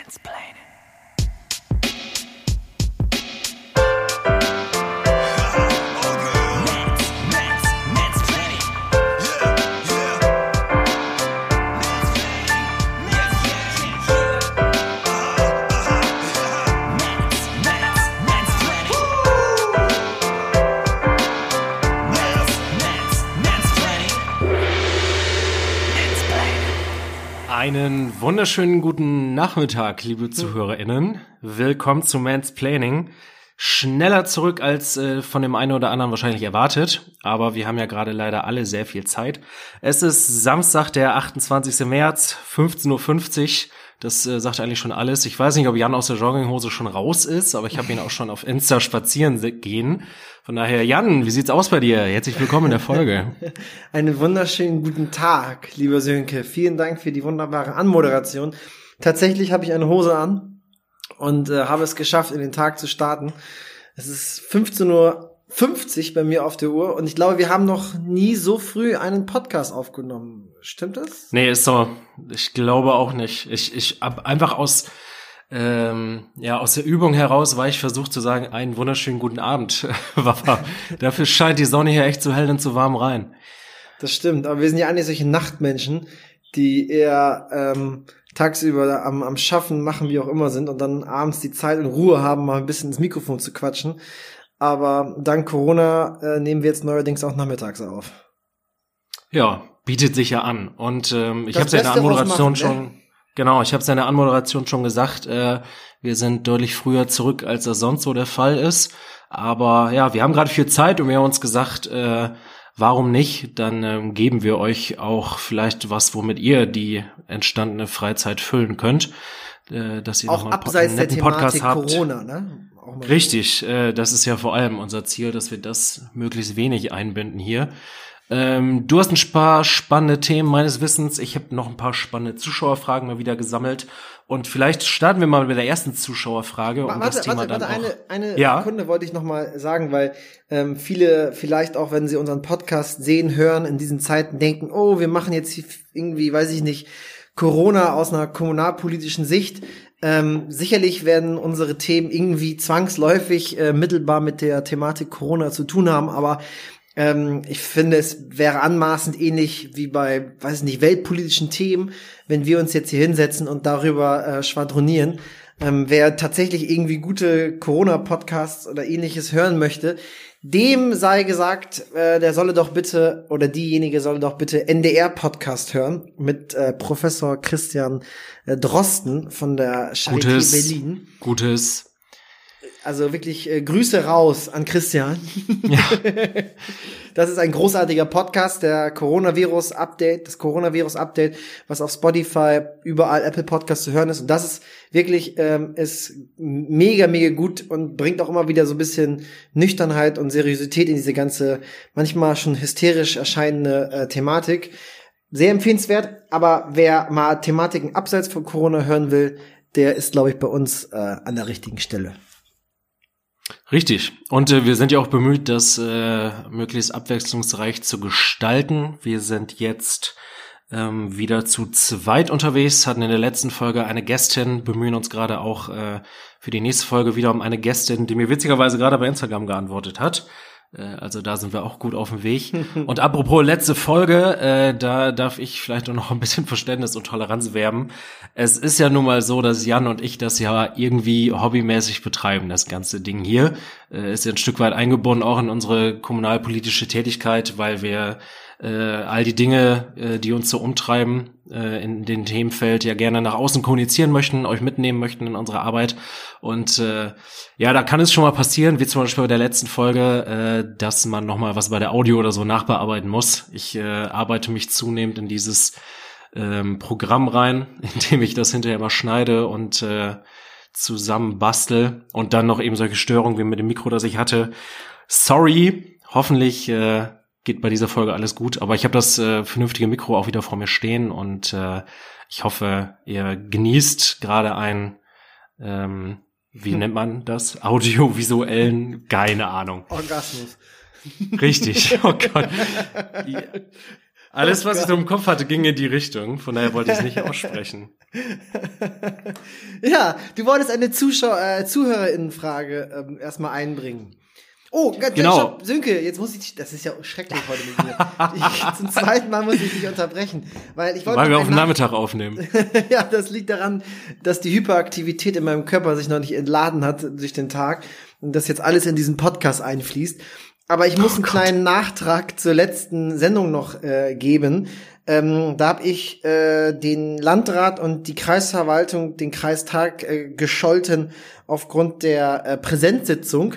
Mansplaining. Einen wunderschönen guten Nachmittag, liebe ZuhörerInnen. Willkommen zu Mansplaining. Schneller zurück als von dem einen oder anderen wahrscheinlich erwartet, aber wir haben ja gerade leider alle sehr viel Zeit. Es ist Samstag, der 28. März, 15:50 Uhr. Das sagt eigentlich schon alles. Ich weiß nicht, ob Jan aus der Jogginghose schon raus ist, aber ich habe ihn auch schon auf Insta spazieren gehen. Von daher, Jan, wie sieht's aus bei dir? Herzlich willkommen in der Folge. Einen wunderschönen guten Tag, lieber Sönke. Vielen Dank für die wunderbare Anmoderation. Tatsächlich habe ich eine Hose an und habe es geschafft, in den Tag zu starten. Es ist 15:50 Uhr bei mir auf der Uhr und ich glaube, wir haben noch nie so früh einen Podcast aufgenommen. Stimmt das? Nee, ist so. Ich glaube auch nicht. Ich hab einfach aus der Übung heraus war ich versucht zu sagen, einen wunderschönen guten Abend. Dafür scheint die Sonne hier echt zu hell und zu warm rein. Das stimmt, aber wir sind ja eigentlich solche Nachtmenschen, die eher tagsüber am Schaffen, machen, wie auch immer sind und dann abends die Zeit und Ruhe haben, mal ein bisschen ins Mikrofon zu quatschen. Aber dank Corona nehmen wir jetzt neuerdings auch nachmittags auf. Ja, bietet sich ja an. Und ich habe es ja in der Anmoderation schon gesagt, wir sind deutlich früher zurück, als das sonst so der Fall ist. Aber ja, wir haben gerade viel Zeit und wir haben uns gesagt, warum nicht? Dann geben wir euch auch vielleicht was, womit ihr die entstandene Freizeit füllen könnt. Dass ihr auch noch abseits einen der netten Thematik Podcast habt. Corona, ne? Richtig, das ist ja vor allem unser Ziel, dass wir das möglichst wenig einbinden hier. Du hast ein paar spannende Themen meines Wissens. Ich habe noch ein paar spannende Zuschauerfragen mal wieder gesammelt. Und vielleicht starten wir mal mit der ersten Zuschauerfrage. Eine Sekunde wollte ich noch mal sagen, weil viele vielleicht auch, wenn sie unseren Podcast sehen, hören, in diesen Zeiten denken, oh, wir machen jetzt irgendwie, weiß ich nicht, Corona aus einer kommunalpolitischen Sicht. Sicherlich werden unsere Themen irgendwie zwangsläufig mittelbar mit der Thematik Corona zu tun haben, aber ich finde, es wäre anmaßend ähnlich wie bei, weiß ich nicht, weltpolitischen Themen, wenn wir uns jetzt hier hinsetzen und darüber schwadronieren. Wer tatsächlich irgendwie gute Corona-Podcasts oder ähnliches hören möchte, dem sei gesagt, der solle doch bitte, oder diejenige solle doch bitte NDR-Podcast hören mit Professor Christian Drosten von der Charité Berlin. Gutes. Also wirklich Grüße raus an Christian. Ja. Das ist ein großartiger Podcast, das Coronavirus-Update, was auf Spotify, überall Apple Podcasts zu hören ist. Und das ist wirklich ist mega, mega gut und bringt auch immer wieder so ein bisschen Nüchternheit und Seriosität in diese ganze, manchmal schon hysterisch erscheinende Thematik. Sehr empfehlenswert, aber wer mal Thematiken abseits von Corona hören will, der ist, glaube ich, bei uns an der richtigen Stelle. Richtig. Und wir sind ja auch bemüht, das möglichst abwechslungsreich zu gestalten. Wir sind jetzt wieder zu zweit unterwegs, hatten in der letzten Folge eine Gästin, bemühen uns gerade auch für die nächste Folge wieder um eine Gästin, die mir witzigerweise gerade bei Instagram geantwortet hat. Also da sind wir auch gut auf dem Weg. Und apropos letzte Folge, da darf ich vielleicht auch noch ein bisschen Verständnis und Toleranz werben. Es ist ja nun mal so, dass Jan und ich das ja irgendwie hobbymäßig betreiben, das ganze Ding hier. Ist ja ein Stück weit eingebunden auch in unsere kommunalpolitische Tätigkeit, weil wir all die Dinge, die uns so umtreiben, in den Themenfeld ja gerne nach außen kommunizieren möchten, euch mitnehmen möchten in unsere Arbeit. Und da kann es schon mal passieren, wie zum Beispiel bei der letzten Folge, dass man noch mal was bei der Audio oder so nachbearbeiten muss. Ich arbeite mich zunehmend in dieses Programm rein, indem ich das hinterher mal schneide und zusammen bastel und dann noch eben solche Störungen wie mit dem Mikro, das ich hatte. Sorry, hoffentlich geht bei dieser Folge alles gut, aber ich habe das vernünftige Mikro auch wieder vor mir stehen und ich hoffe, ihr genießt gerade ein, wie nennt man das? Audiovisuellen, keine Ahnung. Orgasmus. Richtig, oh Gott. Alles, was ich so im Kopf hatte, ging in die Richtung. Von daher wollte ich es nicht aussprechen. Ja, du wolltest eine Zuhörerinnenfrage erstmal einbringen. Oh, genau. Stopp, Sönke, jetzt muss ich, das ist ja schrecklich heute mit mir. Zum zweiten Mal muss ich dich unterbrechen, weil wir auf den Nachmittag aufnehmen. Ja, das liegt daran, dass die Hyperaktivität in meinem Körper sich noch nicht entladen hat durch den Tag und das jetzt alles in diesen Podcast einfließt. Aber ich muss einen kleinen Nachtrag zur letzten Sendung noch geben. Da habe ich den Landrat und die Kreisverwaltung, den Kreistag gescholten aufgrund der Präsenzsitzung.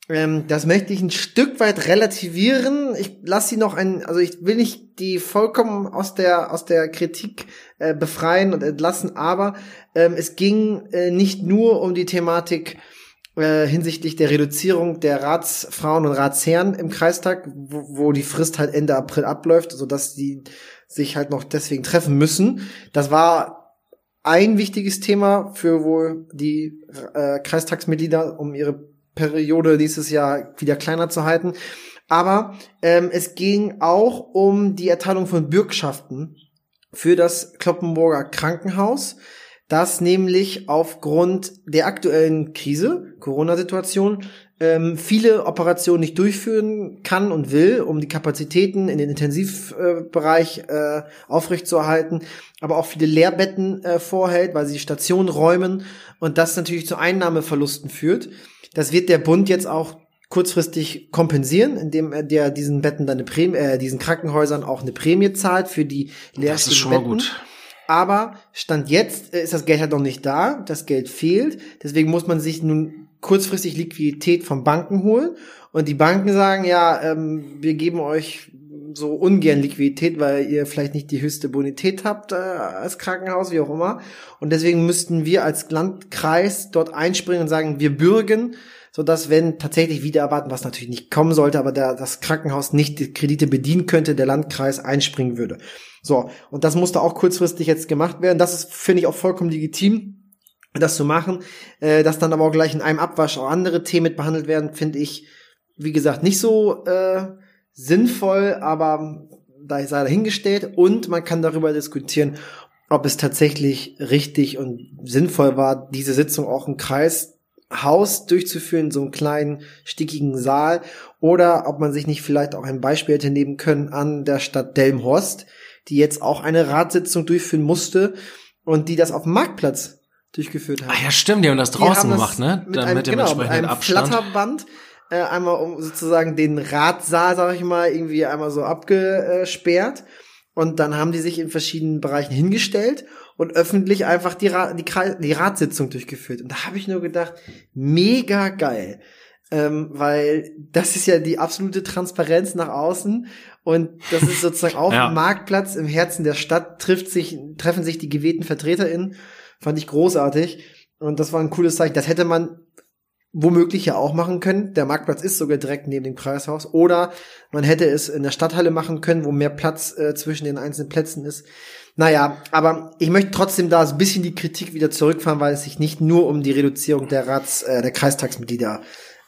Das möchte ich ein Stück weit relativieren. Ich lasse sie noch also ich will nicht die vollkommen aus der Kritik befreien und entlassen, aber es ging nicht nur um die Thematik hinsichtlich der Reduzierung der Ratsfrauen und Ratsherren im Kreistag, wo die Frist halt Ende April abläuft, sodass die sich halt noch deswegen treffen müssen. Das war ein wichtiges Thema für wohl die Kreistagsmitglieder, um ihre Periode nächstes Jahr wieder kleiner zu halten. Aber es ging auch um die Erteilung von Bürgschaften für das Cloppenburger Krankenhaus, das nämlich aufgrund der aktuellen Krise, Corona-Situation, viele Operationen nicht durchführen kann und will, um die Kapazitäten in den Intensivbereich aufrechtzuerhalten, aber auch viele Leerbetten vorhält, weil sie die Station räumen und das natürlich zu Einnahmeverlusten führt. Das wird der Bund jetzt auch kurzfristig kompensieren, indem er diesen Betten dann diesen Krankenhäusern auch eine Prämie zahlt für die leerstehenden Betten. Das ist schon mal gut. Aber Stand jetzt ist das Geld halt noch nicht da, das Geld fehlt, deswegen muss man sich nun kurzfristig Liquidität von Banken holen und die Banken sagen, ja, wir geben euch so ungern Liquidität, weil ihr vielleicht nicht die höchste Bonität habt als Krankenhaus, wie auch immer, und deswegen müssten wir als Landkreis dort einspringen und sagen, wir bürgen, sodass, wenn tatsächlich wieder erwarten, was natürlich nicht kommen sollte, aber das Krankenhaus nicht die Kredite bedienen könnte, der Landkreis einspringen würde. So, und das musste auch kurzfristig jetzt gemacht werden. Das ist, finde ich, auch vollkommen legitim, das zu machen. Dass dann aber auch gleich in einem Abwasch auch andere Themen mit behandelt werden, finde ich, wie gesagt, nicht so sinnvoll, aber da sei dahingestellt. Und man kann darüber diskutieren, ob es tatsächlich richtig und sinnvoll war, diese Sitzung auch im Kreishaus durchzuführen, so einen kleinen, stickigen Saal, oder ob man sich nicht vielleicht auch ein Beispiel hätte nehmen können an der Stadt Delmenhorst, die jetzt auch eine Ratssitzung durchführen musste und die das auf dem Marktplatz durchgeführt haben. Ah ja, stimmt, die haben das draußen gemacht, ne? Dann mit dem entsprechenden Abstand. Flatterband, einmal um sozusagen den Ratssaal, sag ich mal, irgendwie einmal so abgesperrt. Und dann haben die sich in verschiedenen Bereichen hingestellt und öffentlich einfach die Ratssitzung durchgeführt. Und da habe ich nur gedacht, mega geil. Weil das ist ja die absolute Transparenz nach außen und das ist sozusagen auf dem Marktplatz im Herzen der Stadt treffen sich die gewählten VertreterInnen. Fand ich großartig und das war ein cooles Zeichen. Das hätte man womöglich ja auch machen können. Der Marktplatz ist sogar direkt neben dem Kreishaus, oder man hätte es in der Stadthalle machen können, wo mehr Platz zwischen den einzelnen Plätzen ist. Naja, aber ich möchte trotzdem da so ein bisschen die Kritik wieder zurückfahren, weil es sich nicht nur um die Reduzierung der Kreistagsmitglieder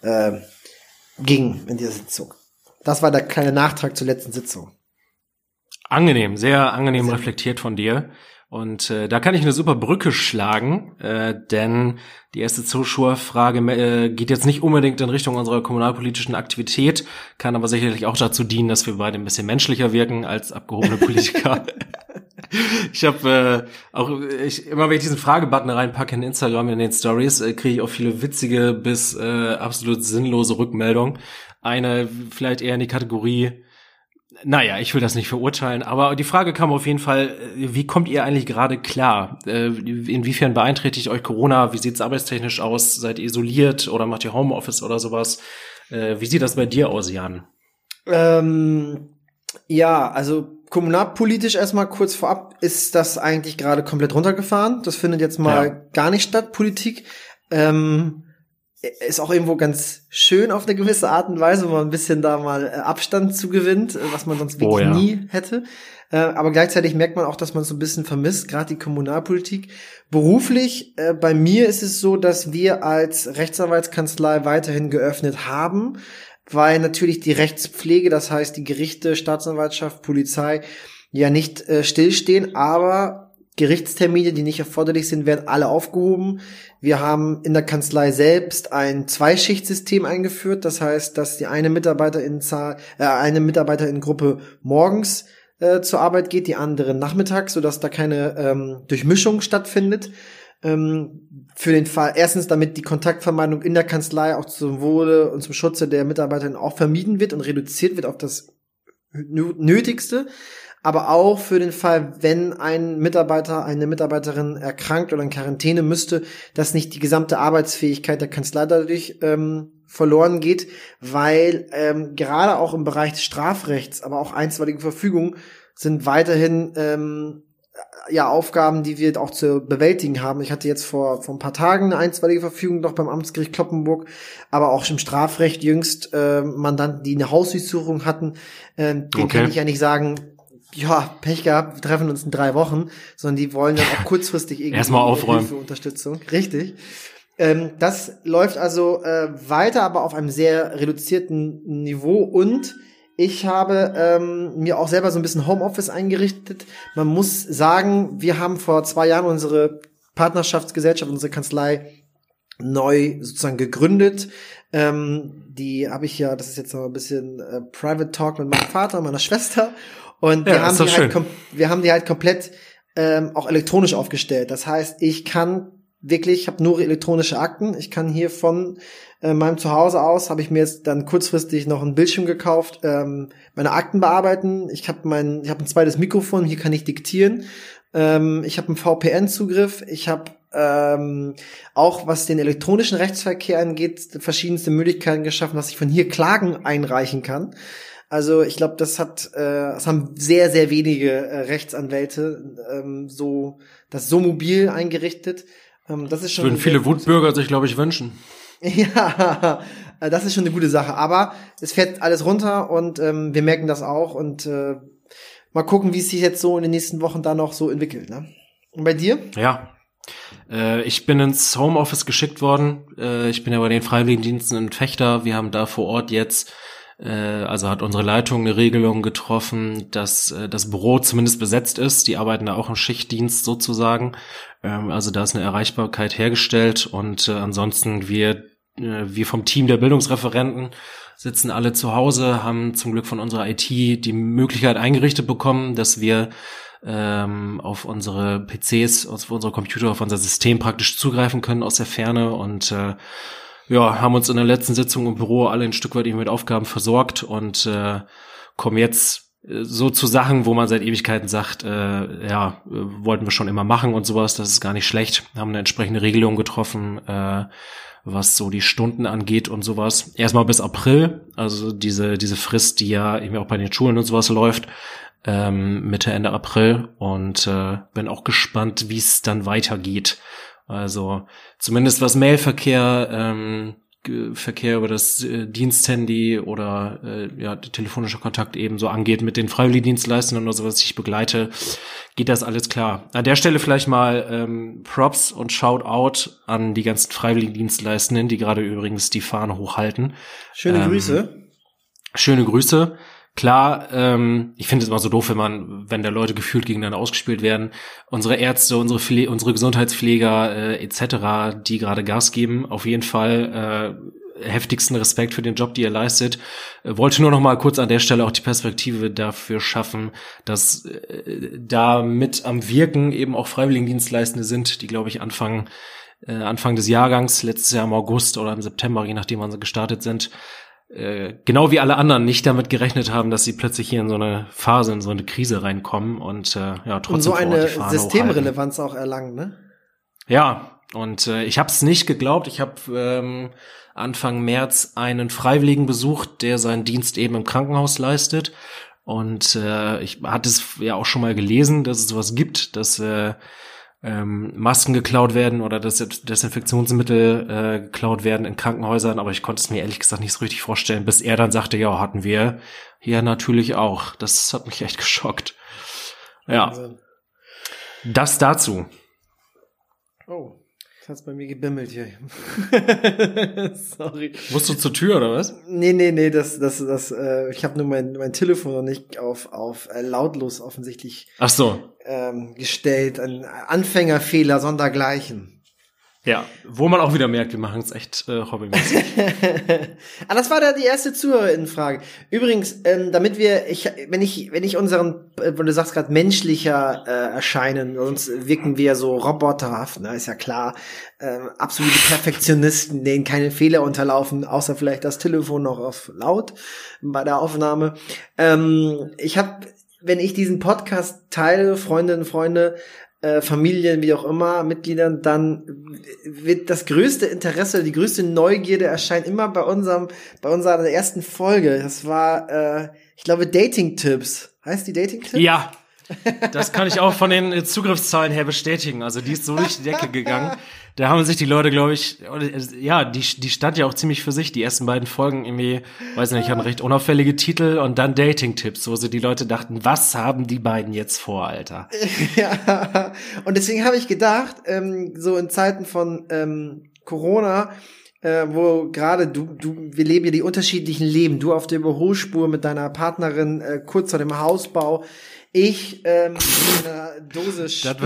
ging in dieser Sitzung. Das war der kleine Nachtrag zur letzten Sitzung. Angenehm, sehr angenehm reflektiert von dir. Und da kann ich eine super Brücke schlagen, denn die erste Zuschauerfrage geht jetzt nicht unbedingt in Richtung unserer kommunalpolitischen Aktivität, kann aber sicherlich auch dazu dienen, dass wir beide ein bisschen menschlicher wirken als abgehobene Politiker. Ich habe immer wenn ich diesen Fragebutton reinpacke in Instagram in den Stories, kriege ich auch viele witzige bis absolut sinnlose Rückmeldungen. Eine vielleicht eher in die Kategorie, naja, ich will das nicht verurteilen, aber die Frage kam auf jeden Fall, wie kommt ihr eigentlich gerade klar? Inwiefern beeinträchtigt euch Corona? Wie sieht's arbeitstechnisch aus? Seid ihr isoliert oder macht ihr Homeoffice oder sowas? Wie sieht das bei dir aus, Jan? Ja, also kommunalpolitisch erstmal kurz vorab ist das eigentlich gerade komplett runtergefahren. Das findet jetzt mal gar nicht statt, Politik. Ist auch irgendwo ganz schön auf eine gewisse Art und Weise, wo man ein bisschen da mal Abstand zu gewinnt, was man sonst wirklich nie hätte. Aber gleichzeitig merkt man auch, dass man es so ein bisschen vermisst, gerade die Kommunalpolitik. Beruflich, bei mir ist es so, dass wir als Rechtsanwaltskanzlei weiterhin geöffnet haben, weil natürlich die Rechtspflege, das heißt die Gerichte, Staatsanwaltschaft, Polizei, ja nicht stillstehen, aber Gerichtstermine, die nicht erforderlich sind, werden alle aufgehoben. Wir haben in der Kanzlei selbst ein Zweischichtsystem eingeführt. Das heißt, dass die eine Mitarbeiterin-Gruppe morgens zur Arbeit geht, die andere nachmittags, sodass da keine Durchmischung stattfindet. Für den Fall, erstens, damit die Kontaktvermeidung in der Kanzlei auch zum Wohle und zum Schutze der Mitarbeiterin auch vermieden wird und reduziert wird auf das Nötigste. Aber auch für den Fall, wenn ein Mitarbeiter, eine Mitarbeiterin erkrankt oder in Quarantäne müsste, dass nicht die gesamte Arbeitsfähigkeit der Kanzlei dadurch verloren geht, weil gerade auch im Bereich des Strafrechts, aber auch einstweilige Verfügung sind weiterhin Aufgaben, die wir auch zu bewältigen haben. Ich hatte jetzt vor ein paar Tagen eine einstweilige Verfügung noch beim Amtsgericht Cloppenburg, aber auch im Strafrecht jüngst Mandanten, die eine Hausdurchsuchung hatten, denen kann ich ja nicht sagen, ja, Pech gehabt, wir treffen uns in 3 Wochen, sondern die wollen dann auch kurzfristig irgendwie erstmal aufräumen. Hilfe, Unterstützung. Richtig. Das läuft also weiter, aber auf einem sehr reduzierten Niveau, und ich habe mir auch selber so ein bisschen Homeoffice eingerichtet. Man muss sagen, wir haben vor 2 Jahren unsere Partnerschaftsgesellschaft, unsere Kanzlei neu sozusagen gegründet. Die habe ich ja, das ist jetzt noch ein bisschen Private Talk mit meinem Vater und meiner Schwester. Und wir haben die halt komplett auch elektronisch aufgestellt. Das heißt, ich habe nur elektronische Akten. Ich kann hier von meinem Zuhause aus, habe ich mir jetzt dann kurzfristig noch einen Bildschirm gekauft, meine Akten bearbeiten. Ich habe ein zweites Mikrofon, hier kann ich diktieren. Ich habe einen VPN-Zugriff. Ich habe auch, was den elektronischen Rechtsverkehr angeht, verschiedenste Möglichkeiten geschaffen, dass ich von hier Klagen einreichen kann. Also ich glaube, das haben sehr, sehr wenige Rechtsanwälte das so mobil eingerichtet. Das ist schon. Würden viele Wutbürger sich, glaube ich, wünschen. Ja, das ist schon eine gute Sache. Aber es fährt alles runter und wir merken das auch. Und mal gucken, wie es sich jetzt so in den nächsten Wochen da noch so entwickelt. Ne? Und bei dir? Ja. Ich bin ins Homeoffice geschickt worden. Ich bin ja bei den Freiwilligendiensten in Vechta. Wir haben da vor Ort jetzt hat unsere Leitung eine Regelung getroffen, dass das Büro zumindest besetzt ist. Die arbeiten da auch im Schichtdienst sozusagen. Also da ist eine Erreichbarkeit hergestellt, und ansonsten wir vom Team der Bildungsreferenten sitzen alle zu Hause, haben zum Glück von unserer IT die Möglichkeit eingerichtet bekommen, dass wir auf unsere PCs, auf unsere Computer, auf unser System praktisch zugreifen können aus der Ferne, und haben uns in der letzten Sitzung im Büro alle ein Stück weit eben mit Aufgaben versorgt und kommen jetzt so zu Sachen, wo man seit Ewigkeiten sagt, wollten wir schon immer machen und sowas, das ist gar nicht schlecht. Haben eine entsprechende Regelung getroffen, was so die Stunden angeht und sowas. Erstmal bis April, also diese Frist, die ja eben auch bei den Schulen und sowas läuft, Mitte, Ende April, und bin auch gespannt, wie es dann weitergeht. Also zumindest was Mailverkehr, Verkehr über das Diensthandy oder telefonischer Kontakt eben so angeht mit den Freiwilligendienstleistenden oder sowas, ich begleite, geht das alles klar. An der Stelle vielleicht mal Props und Shoutout an die ganzen Freiwilligendienstleistenden, die gerade übrigens die Fahne hochhalten. Schöne Grüße. Schöne Grüße. Klar, ich finde es immer so doof, wenn da Leute gefühlt gegeneinander ausgespielt werden. Unsere Ärzte, unsere Gesundheitspfleger etc., die gerade Gas geben, auf jeden Fall heftigsten Respekt für den Job, die ihr leistet. Wollte nur noch mal kurz an der Stelle auch die Perspektive dafür schaffen, dass da mit am Wirken eben auch Freiwilligendienstleistende sind, die, glaube ich, Anfang des Jahrgangs, letztes Jahr im August oder im September, je nachdem wann sie gestartet sind, genau wie alle anderen nicht damit gerechnet haben, dass sie plötzlich hier in so eine Phase, in so eine Krise reinkommen und trotzdem und so eine Systemrelevanz auch erlangen, ne? Ja, und ich habe es nicht geglaubt. Ich habe Anfang März einen Freiwilligen besucht, der seinen Dienst eben im Krankenhaus leistet, und ich hatte es ja auch schon mal gelesen, dass es sowas gibt, dass Masken geklaut werden oder dass Desinfektionsmittel geklaut werden in Krankenhäusern, aber ich konnte es mir ehrlich gesagt nicht so richtig vorstellen, bis er dann sagte, ja, hatten wir hier natürlich auch. Das hat mich echt geschockt. Ja. Das dazu. Oh, hat's bei mir gebimmelt hier. Sorry. Musst du zur Tür oder was? Nee, das ich habe nur mein Telefon noch nicht auf lautlos offensichtlich gestellt. Ein Anfängerfehler sondergleichen. Ja, wo man auch wieder merkt, wir machen es echt hobbymäßig. Das war da die erste Zuhörerinnenfrage. Übrigens, damit wenn ich unseren, wenn du sagst gerade menschlicher erscheinen, sonst wirken wir so roboterhaft, ist ja klar, absolute Perfektionisten, denen keine Fehler unterlaufen, außer vielleicht das Telefon noch auf laut bei der Aufnahme. Wenn ich diesen Podcast teile, Freundinnen, Freunde, Familien, wie auch immer, Mitgliedern, dann wird das größte Interesse, die größte Neugierde erscheint immer bei unserer ersten Folge. Das war, ich glaube, Dating-Tipps. Heißt die Dating-Tipps? Ja, das kann ich auch von den Zugriffszahlen her bestätigen. Also die ist so durch die Decke gegangen. Da haben sich die Leute, glaube ich, ja, die stand ja auch ziemlich für sich. Die ersten beiden Folgen irgendwie, weiß nicht, hatten recht unauffällige Titel und dann Dating-Tipps, wo sie die Leute dachten, was haben die beiden jetzt vor, Alter? Ja, und deswegen habe ich gedacht, so in Zeiten von Corona, wo gerade wir leben ja die unterschiedlichen Leben. Du auf der Überholspur mit deiner Partnerin kurz vor dem Hausbau. Ich in einer Dose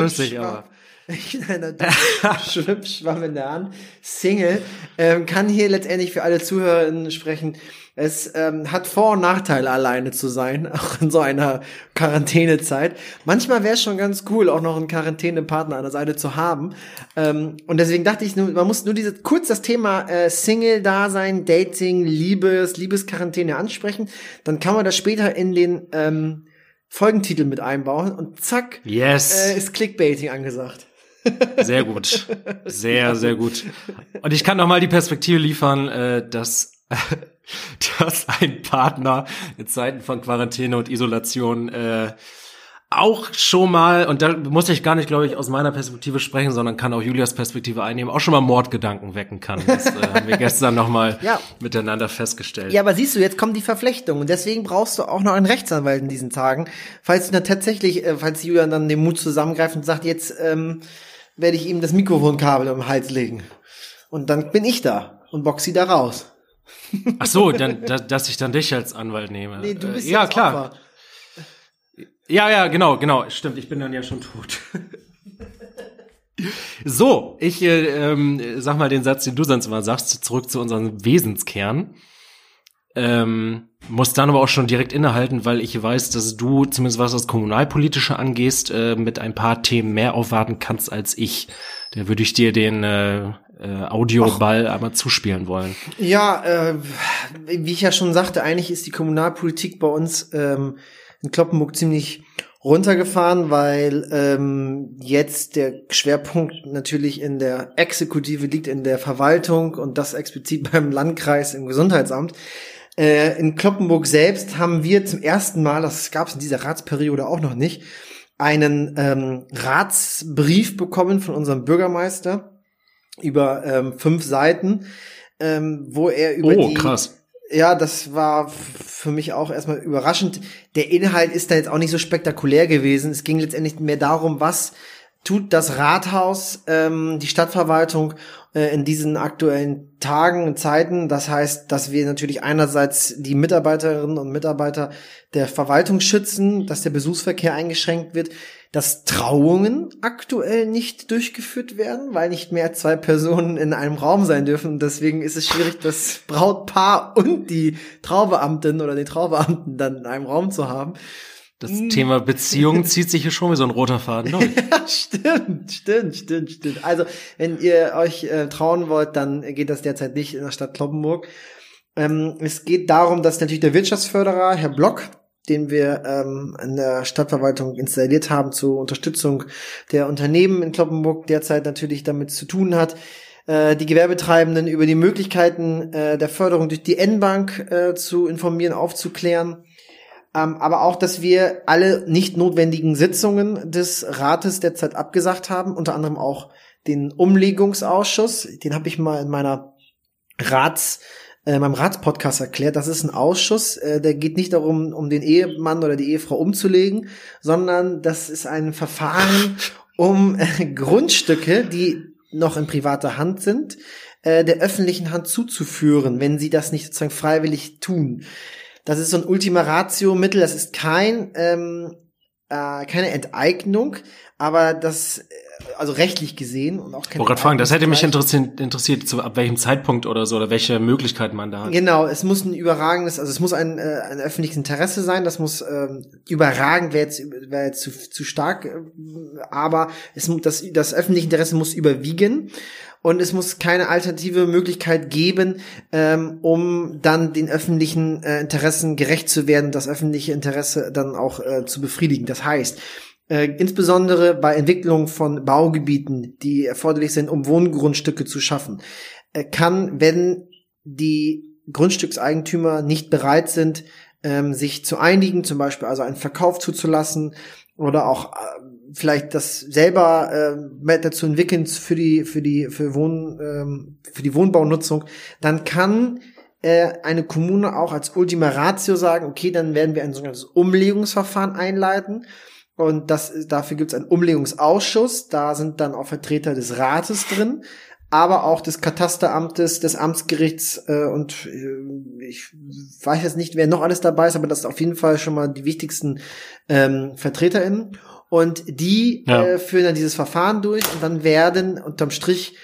Schwimmschwamm in der Hand, Single, kann hier letztendlich für alle ZuhörerInnen sprechen. Es hat Vor- und Nachteile, alleine zu sein, auch in so einer Quarantänezeit. Manchmal wäre es schon ganz cool, auch noch einen Quarantänepartner an der Seite zu haben. Und deswegen dachte ich, man muss nur kurz das Thema Single-Dasein, Dating, Liebesquarantäne ansprechen. Dann kann man das später in den Folgentitel mit einbauen und zack, ist Clickbaiting angesagt. Sehr gut. Sehr, sehr gut. Und ich kann noch mal die Perspektive liefern, dass ein Partner in Zeiten von Quarantäne und Isolation auch schon mal, und da muss ich gar nicht, glaube ich, aus meiner Perspektive sprechen, sondern kann auch Julias Perspektive einnehmen, auch schon mal Mordgedanken wecken kann. Das haben wir gestern noch mal miteinander festgestellt. Ja, aber siehst du, jetzt kommt die Verflechtung und deswegen brauchst du auch noch einen Rechtsanwalt in diesen Tagen, falls du dann tatsächlich, falls Julian dann den Mut zusammengreift und sagt, jetzt werde ich ihm das Mikrofonkabel um den Hals legen. Und dann bin ich da und box sie da raus. Ach so, dass ich dann dich als Anwalt nehme. Nee, du bist ja klar. Opfer. Ja, genau, stimmt, ich bin dann ja schon tot. So, ich sag mal den Satz, den du sonst immer sagst, zurück zu unserem Wesenskern. Muss dann aber auch schon direkt innehalten, weil ich weiß, dass du, zumindest was das Kommunalpolitische angehst, mit ein paar Themen mehr aufwarten kannst als ich. Da würde ich dir den Audioball einmal zuspielen wollen. Ja, wie ich ja schon sagte, eigentlich ist die Kommunalpolitik bei uns in Cloppenburg ziemlich runtergefahren, weil jetzt der Schwerpunkt natürlich in der Exekutive liegt, in der Verwaltung und das explizit beim Landkreis im Gesundheitsamt. In Cloppenburg selbst haben wir zum ersten Mal, das gab es in dieser Ratsperiode auch noch nicht, einen Ratsbrief bekommen von unserem Bürgermeister über 5 Seiten, wo er über krass. Ja, das war für mich auch erstmal überraschend. Der Inhalt ist da jetzt auch nicht so spektakulär gewesen. Es ging letztendlich mehr darum, was tut das Rathaus, die Stadtverwaltung in diesen aktuellen Tagen und Zeiten. Das heißt, dass wir natürlich einerseits die Mitarbeiterinnen und Mitarbeiter der Verwaltung schützen, dass der Besuchsverkehr eingeschränkt wird, dass Trauungen aktuell nicht durchgeführt werden, weil nicht mehr 2 Personen in einem Raum sein dürfen. Deswegen ist es schwierig, das Brautpaar und die Traubeamtin oder den Traubeamten dann in einem Raum zu haben. Das Thema Beziehung zieht sich hier schon wie so ein roter Faden durch. Ja, stimmt. Also, wenn ihr euch trauen wollt, dann geht das derzeit nicht in der Stadt Cloppenburg. Es geht darum, dass natürlich der Wirtschaftsförderer, Herr Block, den wir in der Stadtverwaltung installiert haben zur Unterstützung der Unternehmen in Cloppenburg, derzeit natürlich damit zu tun hat, die Gewerbetreibenden über die Möglichkeiten der Förderung durch die N-Bank zu informieren, aufzuklären. Aber auch, dass wir alle nicht notwendigen Sitzungen des Rates derzeit abgesagt haben, unter anderem auch den Umlegungsausschuss. Den habe ich mal in meinem Ratspodcast erklärt. Das ist ein Ausschuss, der geht nicht darum, um den Ehemann oder die Ehefrau umzulegen, sondern das ist ein Verfahren, um Grundstücke, die noch in privater Hand sind, der öffentlichen Hand zuzuführen, wenn sie das nicht sozusagen freiwillig tun. Das ist so ein Ultima Ratio-Mittel, das ist keine Enteignung, aber das, also rechtlich gesehen und auch keine. Ich wollte gerade fragen, das hätte mich interessiert, ab welchem Zeitpunkt oder so, oder welche Möglichkeiten man da hat. Genau, es muss ein überragendes, also es muss ein öffentliches Interesse sein, das muss überragend, wäre jetzt zu stark, aber das öffentliche Interesse muss überwiegen. Und es muss keine alternative Möglichkeit geben, um dann den öffentlichen Interessen gerecht zu werden, das öffentliche Interesse dann auch zu befriedigen. Das heißt, insbesondere bei Entwicklung von Baugebieten, die erforderlich sind, um Wohngrundstücke zu schaffen, kann, wenn die Grundstückseigentümer nicht bereit sind, sich zu einigen, zum Beispiel also einen Verkauf zuzulassen oder auch vielleicht das selber dazu entwickeln für die Wohnbaunutzung, dann kann eine Kommune auch als Ultima Ratio sagen, okay, dann werden wir ein sogenanntes Umlegungsverfahren einleiten. Und dafür gibt es einen Umlegungsausschuss. Da sind dann auch Vertreter des Rates drin, aber auch des Katasteramtes, des Amtsgerichts und ich weiß jetzt nicht, wer noch alles dabei ist, aber das ist auf jeden Fall schon mal die wichtigsten VertreterInnen. Und die führen dann dieses Verfahren durch und dann werden unterm Strich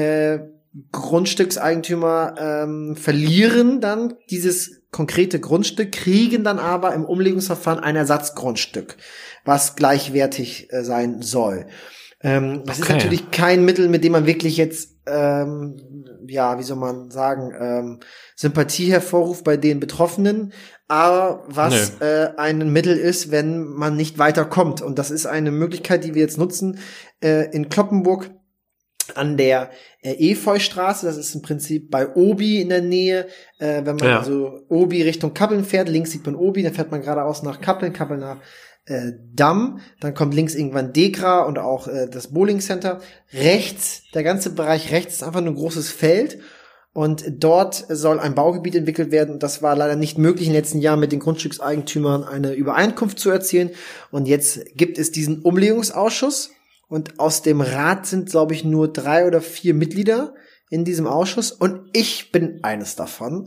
Grundstückseigentümer verlieren dann dieses konkrete Grundstück, kriegen dann aber im Umlegungsverfahren ein Ersatzgrundstück, was gleichwertig sein soll. Das ist natürlich kein Mittel, mit dem man wirklich jetzt, wie soll man sagen, Sympathie hervorruft bei den Betroffenen, aber was ein Mittel ist, wenn man nicht weiterkommt. Und das ist eine Möglichkeit, die wir jetzt nutzen in Cloppenburg an der Efeustraße. Das ist im Prinzip bei Obi in der Nähe. Wenn man also Obi Richtung Kappeln fährt, links sieht man Obi, dann fährt man geradeaus nach Kappeln nach Damm, dann kommt links irgendwann Dekra und auch das Bowling Center. Rechts, der ganze Bereich rechts ist einfach nur ein großes Feld und dort soll ein Baugebiet entwickelt werden. Und das war leider nicht möglich in den letzten Jahren mit den Grundstückseigentümern eine Übereinkunft zu erzielen. Und jetzt gibt es diesen Umlegungsausschuss und aus dem Rat sind, glaube ich, nur 3 oder 4 Mitglieder in diesem Ausschuss und ich bin eines davon.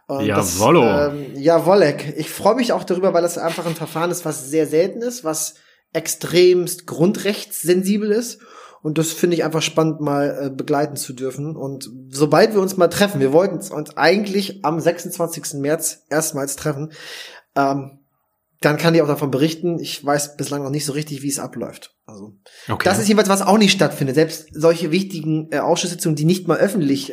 Jawollek. Ich freue mich auch darüber, weil das einfach ein Verfahren ist, was sehr selten ist, was extremst grundrechtssensibel ist. Und das finde ich einfach spannend, mal begleiten zu dürfen. Und sobald wir uns mal treffen, wir wollten uns eigentlich am 26. März erstmals treffen, dann kann ich auch davon berichten. Ich weiß bislang noch nicht so richtig, wie es abläuft. Also das ist jedenfalls, was auch nicht stattfindet. Selbst solche wichtigen Ausschusssitzungen, die nicht mal öffentlich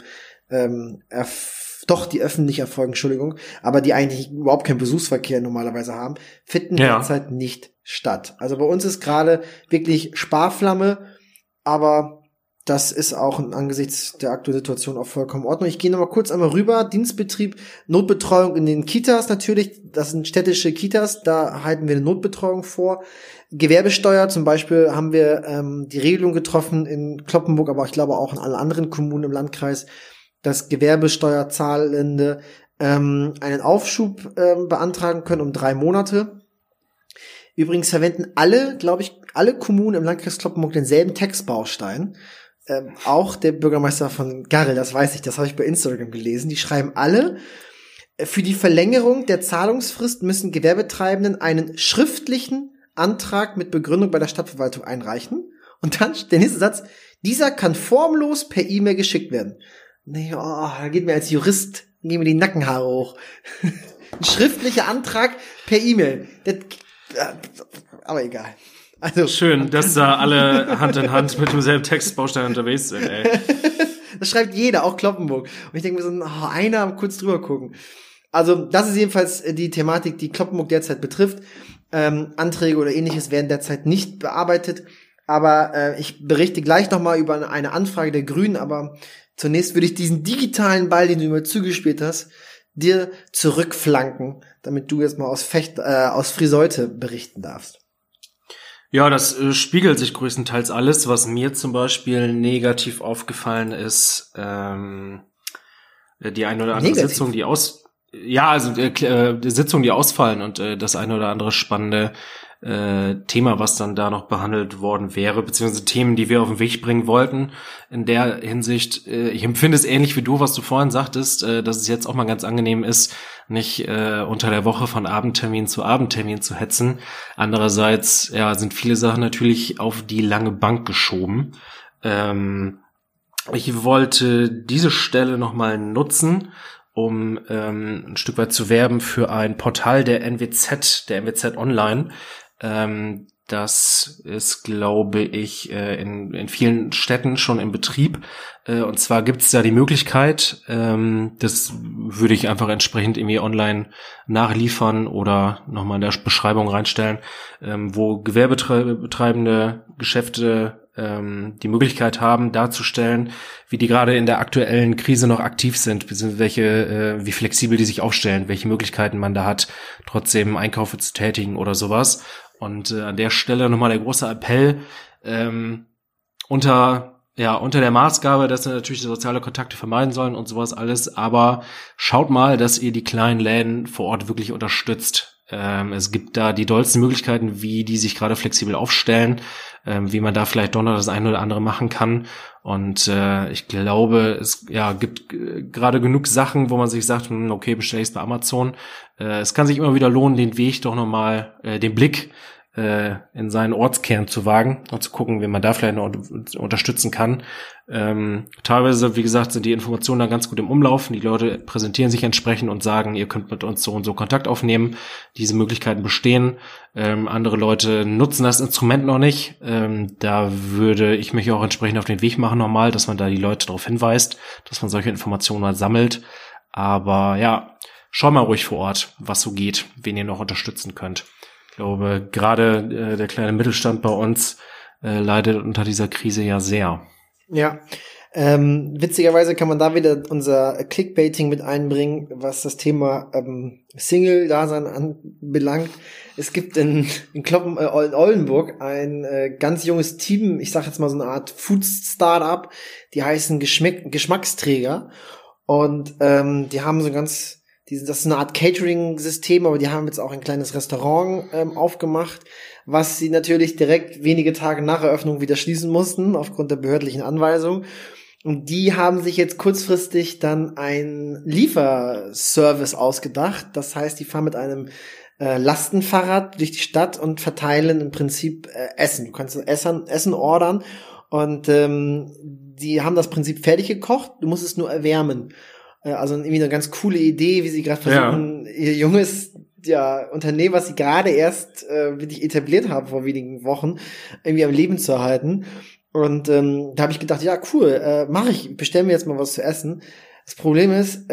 die öffentlich erfolgen, Entschuldigung, aber die eigentlich überhaupt keinen Besuchsverkehr normalerweise haben, finden derzeit nicht statt. Also bei uns ist gerade wirklich Sparflamme, aber das ist auch angesichts der aktuellen Situation auch vollkommen in Ordnung. Ich gehe nochmal kurz einmal rüber. Dienstbetrieb, Notbetreuung in den Kitas natürlich. Das sind städtische Kitas, da halten wir eine Notbetreuung vor. Gewerbesteuer zum Beispiel haben wir die Regelung getroffen in Cloppenburg, aber ich glaube auch in allen anderen Kommunen im Landkreis, dass Gewerbesteuerzahlende einen Aufschub beantragen können um 3 Monate. Übrigens verwenden alle Kommunen im Landkreis Cloppenburg denselben Textbaustein. Auch der Bürgermeister von Garrel, das weiß ich, das habe ich bei Instagram gelesen. Die schreiben alle, für die Verlängerung der Zahlungsfrist müssen Gewerbetreibenden einen schriftlichen Antrag mit Begründung bei der Stadtverwaltung einreichen. Und dann der nächste Satz, dieser kann formlos per E-Mail geschickt werden. Nee, da geht mir als Jurist, gehen mir die Nackenhaare hoch. Ein schriftlicher Antrag per E-Mail. Aber egal. Also schön, dass da alle Hand in Hand mit demselben Textbaustein unterwegs sind, ey. Das schreibt jeder, auch Cloppenburg. Und ich denke mir so, einer kurz drüber gucken. Also das ist jedenfalls die Thematik, die Cloppenburg derzeit betrifft. Anträge oder ähnliches werden derzeit nicht bearbeitet. Aber ich berichte gleich nochmal über eine Anfrage der Grünen. Aber zunächst würde ich diesen digitalen Ball, den du mir zugespielt hast, dir zurückflanken, damit du jetzt mal aus Friseute berichten darfst. Ja, das spiegelt sich größtenteils alles. Was mir zum Beispiel negativ aufgefallen ist, die eine oder andere Sitzung, die Sitzungen, die ausfallen und das eine oder andere spannende Thema, was dann da noch behandelt worden wäre, beziehungsweise Themen, die wir auf den Weg bringen wollten. In der Hinsicht, ich empfinde es ähnlich wie du, was du vorhin sagtest, dass es jetzt auch mal ganz angenehm ist, nicht unter der Woche von Abendtermin zu Abendtermin zu hetzen. Andererseits, ja, sind viele Sachen natürlich auf die lange Bank geschoben. Ich wollte diese Stelle nochmal nutzen, um ein Stück weit zu werben für ein Portal der NWZ Online. Das ist, glaube ich, in vielen Städten schon in Betrieb. Und zwar gibt es da die Möglichkeit, das würde ich einfach entsprechend irgendwie online nachliefern oder nochmal in der Beschreibung reinstellen, wo gewerbetreibende Geschäfte die Möglichkeit haben, darzustellen, wie die gerade in der aktuellen Krise noch aktiv sind, beziehungsweise wie flexibel die sich aufstellen, welche Möglichkeiten man da hat, trotzdem Einkäufe zu tätigen oder sowas. Und an der Stelle nochmal der große Appell, unter der Maßgabe, dass wir natürlich soziale Kontakte vermeiden sollen und sowas alles, aber schaut mal, dass ihr die kleinen Läden vor Ort wirklich unterstützt. Es gibt da die dollsten Möglichkeiten, wie die sich gerade flexibel aufstellen, wie man da vielleicht doch noch das eine oder andere machen kann. Und ich glaube, es gibt gerade genug Sachen, wo man sich sagt, okay, bestelle ich es bei Amazon. Es kann sich immer wieder lohnen, den Weg doch nochmal, den Blick in seinen Ortskern zu wagen und zu gucken, wie man da vielleicht noch unterstützen kann. Teilweise, wie gesagt, sind die Informationen da ganz gut im Umlauf. Die Leute präsentieren sich entsprechend und sagen, ihr könnt mit uns so und so Kontakt aufnehmen. Diese Möglichkeiten bestehen. Andere Leute nutzen das Instrument noch nicht. Da würde ich mich auch entsprechend auf den Weg machen nochmal, dass man da die Leute darauf hinweist, dass man solche Informationen mal sammelt. Aber ja, schau mal ruhig vor Ort, was so geht, wen ihr noch unterstützen könnt. Ich glaube, gerade der kleine Mittelstand bei uns leidet unter dieser Krise ja sehr. Ja, witzigerweise kann man da wieder unser Clickbaiting mit einbringen, was das Thema Single-Dasein anbelangt. Es gibt in Oldenburg ein ganz junges Team, ich sag jetzt mal so eine Art Food-Startup, die heißen Geschmacksträger. Und die haben so das ist eine Art Catering-System, aber die haben jetzt auch ein kleines Restaurant aufgemacht, was sie natürlich direkt wenige Tage nach Eröffnung wieder schließen mussten, aufgrund der behördlichen Anweisung. Und die haben sich jetzt kurzfristig dann ein Lieferservice ausgedacht. Das heißt, die fahren mit einem Lastenfahrrad durch die Stadt und verteilen im Prinzip Essen. Du kannst Essen ordern und die haben das Prinzip fertig gekocht, du musst es nur erwärmen. Also irgendwie eine ganz coole Idee, wie sie gerade versuchen, ihr junges Unternehmen, was sie gerade erst wirklich etabliert haben vor wenigen Wochen, irgendwie am Leben zu erhalten. Und da habe ich gedacht, ja cool, mache ich, bestellen wir jetzt mal was zu essen. Das Problem ist,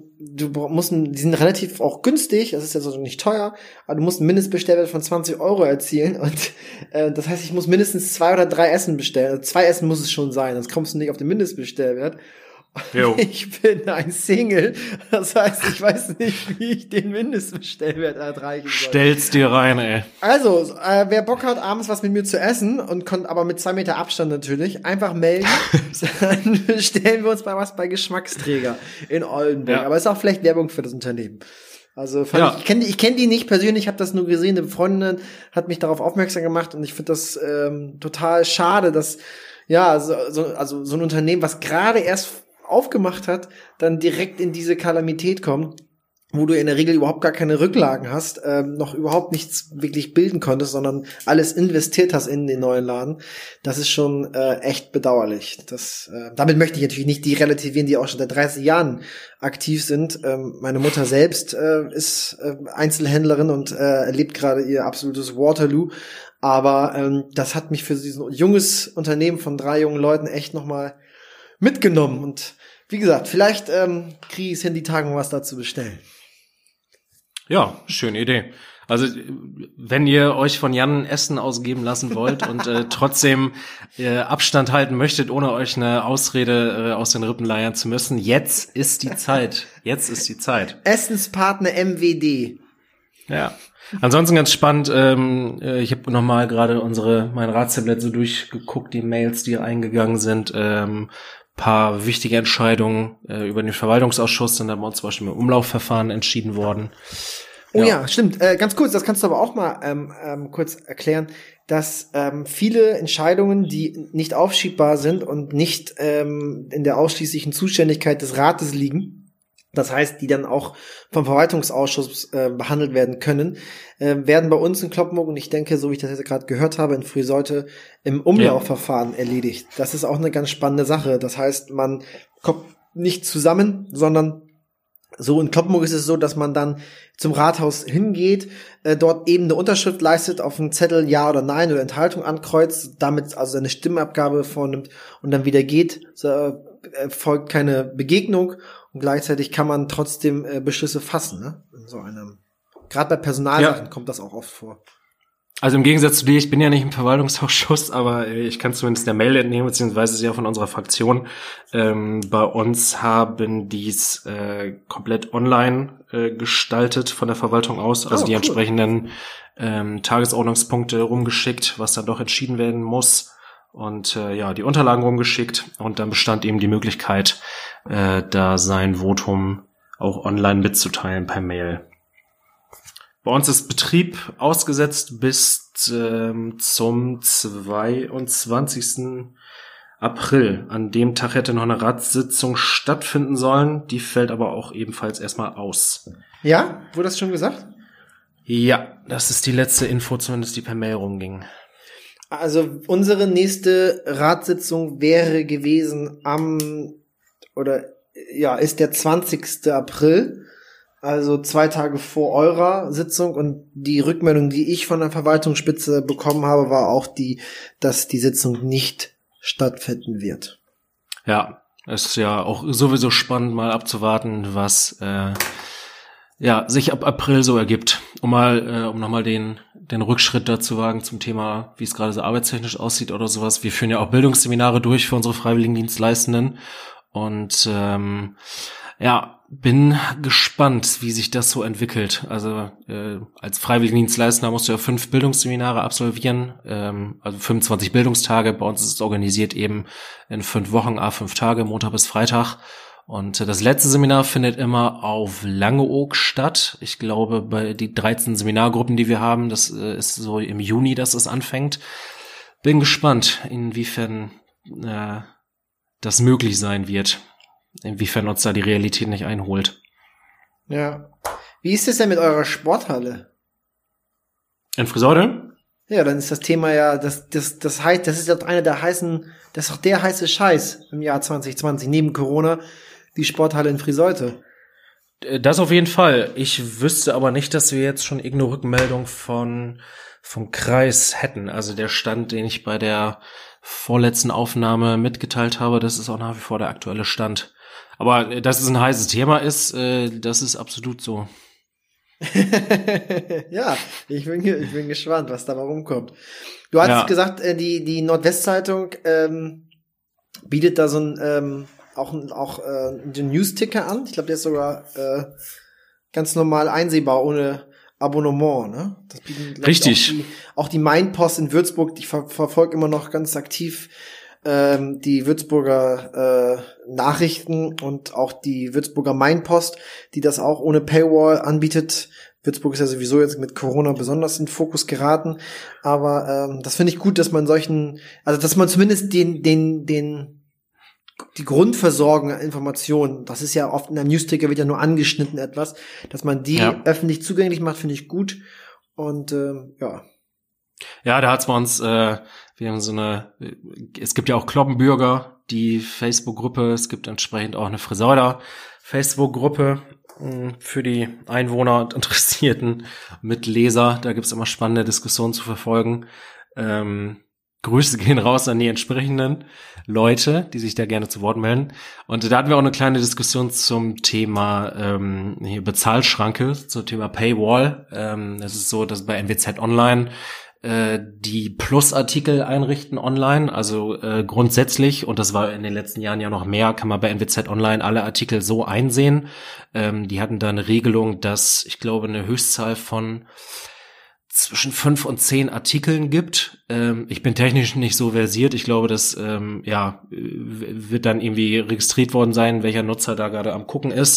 die sind relativ auch günstig, das ist ja so nicht teuer, aber du musst einen Mindestbestellwert von 20 € erzielen und das heißt, ich muss mindestens 2 oder 3 Essen bestellen. Also 2 Essen muss es schon sein, sonst kommst du nicht auf den Mindestbestellwert. Jo. Ich bin ein Single, das heißt, ich weiß nicht, wie ich den Mindestbestellwert erreichen soll. Stell's dir rein, ey. Also, wer Bock hat, abends was mit mir zu essen und kommt aber mit 2 Meter Abstand natürlich, einfach melden. Dann bestellen wir uns bei Geschmacksträger in Oldenburg. Ja. Aber ist auch vielleicht Werbung für das Unternehmen. Also ich kenne die nicht persönlich, habe das nur gesehen. Eine Freundin hat mich darauf aufmerksam gemacht und ich finde das total schade, dass so ein Unternehmen, was gerade erst aufgemacht hat, dann direkt in diese Kalamität kommt, wo du in der Regel überhaupt gar keine Rücklagen hast, noch überhaupt nichts wirklich bilden konntest, sondern alles investiert hast in den neuen Laden. Das ist schon echt bedauerlich. Damit möchte ich natürlich nicht die relativieren, die auch schon seit 30 Jahren aktiv sind. Meine Mutter selbst ist Einzelhändlerin und erlebt gerade ihr absolutes Waterloo. Aber das hat mich für diesen junges Unternehmen von 3 jungen Leuten echt nochmal mitgenommen. Und wie gesagt, vielleicht kriege ich es hin, die Tage mal was dazu bestellen. Ja, schöne Idee. Also wenn ihr euch von Jan Essen ausgeben lassen wollt und trotzdem Abstand halten möchtet, ohne euch eine Ausrede aus den Rippen leiern zu müssen, jetzt ist die Zeit. Jetzt ist die Zeit. Essenspartner MWD. Ja. Ansonsten ganz spannend, ich habe nochmal gerade mein Ratstablett so durchgeguckt, die Mails, die eingegangen sind, paar wichtige Entscheidungen über den Verwaltungsausschuss sind da bei uns zum Beispiel im Umlaufverfahren entschieden worden. Oh ja, stimmt. Ganz kurz, das kannst du aber auch mal kurz erklären, dass viele Entscheidungen, die nicht aufschiebbar sind und nicht in der ausschließlichen Zuständigkeit des Rates liegen, das heißt, die dann auch vom Verwaltungsausschuss behandelt werden können, werden bei uns in Kloppenburg, und ich denke, so wie ich das jetzt gerade gehört habe, in Friseute im Umlaufverfahren erledigt. Das ist auch eine ganz spannende Sache. Das heißt, man kommt nicht zusammen, sondern so in Kloppenburg ist es so, dass man dann zum Rathaus hingeht, dort eben eine Unterschrift leistet, auf einen Zettel Ja oder Nein oder Enthaltung ankreuzt, damit also seine Stimmabgabe vornimmt und dann wieder geht. So, folgt keine Begegnung und gleichzeitig kann man trotzdem Beschlüsse fassen. Ne? In so einem, gerade bei Personalsachen kommt das auch oft vor. Also im Gegensatz zu dir, ich bin ja nicht im Verwaltungsausschuss, aber ich kann zumindest der Mail entnehmen, beziehungsweise sie ja von unserer Fraktion. Bei uns haben dies komplett online gestaltet von der Verwaltung aus, also die entsprechenden Tagesordnungspunkte rumgeschickt, was dann doch entschieden werden muss. Und die Unterlagen rumgeschickt. Und dann bestand eben die Möglichkeit, da sein Votum auch online mitzuteilen per Mail. Bei uns ist Betrieb ausgesetzt bis zum 22. April. An dem Tag hätte noch eine Ratssitzung stattfinden sollen. Die fällt aber auch ebenfalls erstmal aus. Ja? Wurde das schon gesagt? Ja, das ist die letzte Info zumindest, die per Mail rumging. Also unsere nächste Ratssitzung wäre gewesen ist der 20. April. Also 2 Tage vor eurer Sitzung, und die Rückmeldung, die ich von der Verwaltungsspitze bekommen habe, war auch dass die Sitzung nicht stattfinden wird. Ja, es ist ja auch sowieso spannend, mal abzuwarten, was sich ab April so ergibt. Um nochmal den Rückschritt dazu wagen zum Thema, wie es gerade so arbeitstechnisch aussieht oder sowas. Wir führen ja auch Bildungsseminare durch für unsere Freiwilligendienstleistenden und bin gespannt, wie sich das so entwickelt. Also als Freiwilligendienstleister musst du ja 5 Bildungsseminare absolvieren, also 25 Bildungstage. Bei uns ist es organisiert eben in 5 Wochen, 5 Tage, Montag bis Freitag. Und das letzte Seminar findet immer auf Langeoog statt. Ich glaube, bei die 13 Seminargruppen, die wir haben, das ist so im Juni, dass es anfängt. Bin gespannt, inwiefern das möglich sein wird. Inwiefern uns da die Realität nicht einholt. Ja. Wie ist es denn mit eurer Sporthalle? In Friseute? Ja, dann ist das Thema ja, das ist ja einer der heißen, das ist doch der heiße Scheiß im Jahr 2020, neben Corona, die Sporthalle in Friseute. Das auf jeden Fall. Ich wüsste aber nicht, dass wir jetzt schon irgendeine Rückmeldung vom Kreis hätten. Also der Stand, den ich bei der vorletzten Aufnahme mitgeteilt habe, das ist auch nach wie vor der aktuelle Stand. Aber dass es ein heißes Thema ist, das ist absolut so. Ja, ich bin gespannt, was dabei rumkommt. Du hattest gesagt, die Nordwestzeitung bietet da so ein den News-Ticker an. Ich glaube, der ist sogar ganz normal einsehbar, ohne Abonnement, ne? Das bieten, richtig. Auch die Mainpost in Würzburg, die verfolgt immer noch ganz aktiv die Würzburger Nachrichten und auch die Würzburger Mainpost, die das auch ohne Paywall anbietet. Würzburg ist ja sowieso jetzt mit Corona besonders in Fokus geraten, aber das finde ich gut, dass man dass man zumindest die Grundversorgung an Informationen, das ist ja oft in einem Newsticker wird ja nur angeschnitten etwas, dass man die öffentlich zugänglich macht, finde ich gut. Und Ja, da hat's bei uns, wir haben es gibt ja auch Kloppenbürger, die Facebook-Gruppe, es gibt entsprechend auch eine Friseuter Facebook-Gruppe für die Einwohner und Interessierten mit Leser. Da gibt's immer spannende Diskussionen zu verfolgen. Grüße gehen raus an die entsprechenden Leute, die sich da gerne zu Wort melden. Und da hatten wir auch eine kleine Diskussion zum Thema Bezahlschranke, zum Thema Paywall. Es ist so, dass bei NWZ Online die Plus-Artikel einrichten online, also grundsätzlich, und das war in den letzten Jahren ja noch mehr, kann man bei NWZ Online alle Artikel so einsehen. Die hatten da eine Regelung, dass, ich glaube, eine Höchstzahl von zwischen 5 und 10 Artikeln gibt. Ich bin technisch nicht so versiert. Ich glaube, das wird dann irgendwie registriert worden sein, welcher Nutzer da gerade am gucken ist.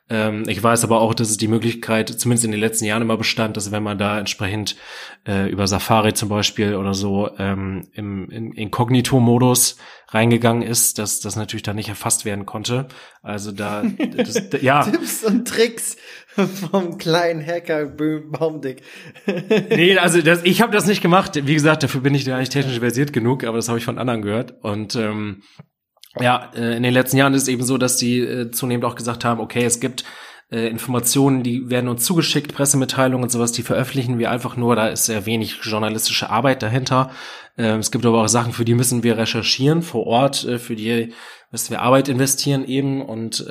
Ich weiß aber auch, dass es die Möglichkeit, zumindest in den letzten Jahren immer bestand, dass wenn man da entsprechend über Safari zum Beispiel oder so im Inkognito-Modus reingegangen ist, dass das natürlich da nicht erfasst werden konnte. Also ja. Tipps und Tricks vom kleinen Hacker Baumdick. Nee, also ich habe das nicht gemacht. Wie gesagt, dafür bin ich gar nicht technisch versiert genug, aber das habe ich von anderen gehört. Und in den letzten Jahren ist es eben so, dass die zunehmend auch gesagt haben, okay, es gibt Informationen, die werden uns zugeschickt, Pressemitteilungen und sowas, die veröffentlichen wir einfach nur, da ist sehr wenig journalistische Arbeit dahinter. Es gibt aber auch Sachen, für die müssen wir recherchieren vor Ort, für die müssen wir Arbeit investieren eben und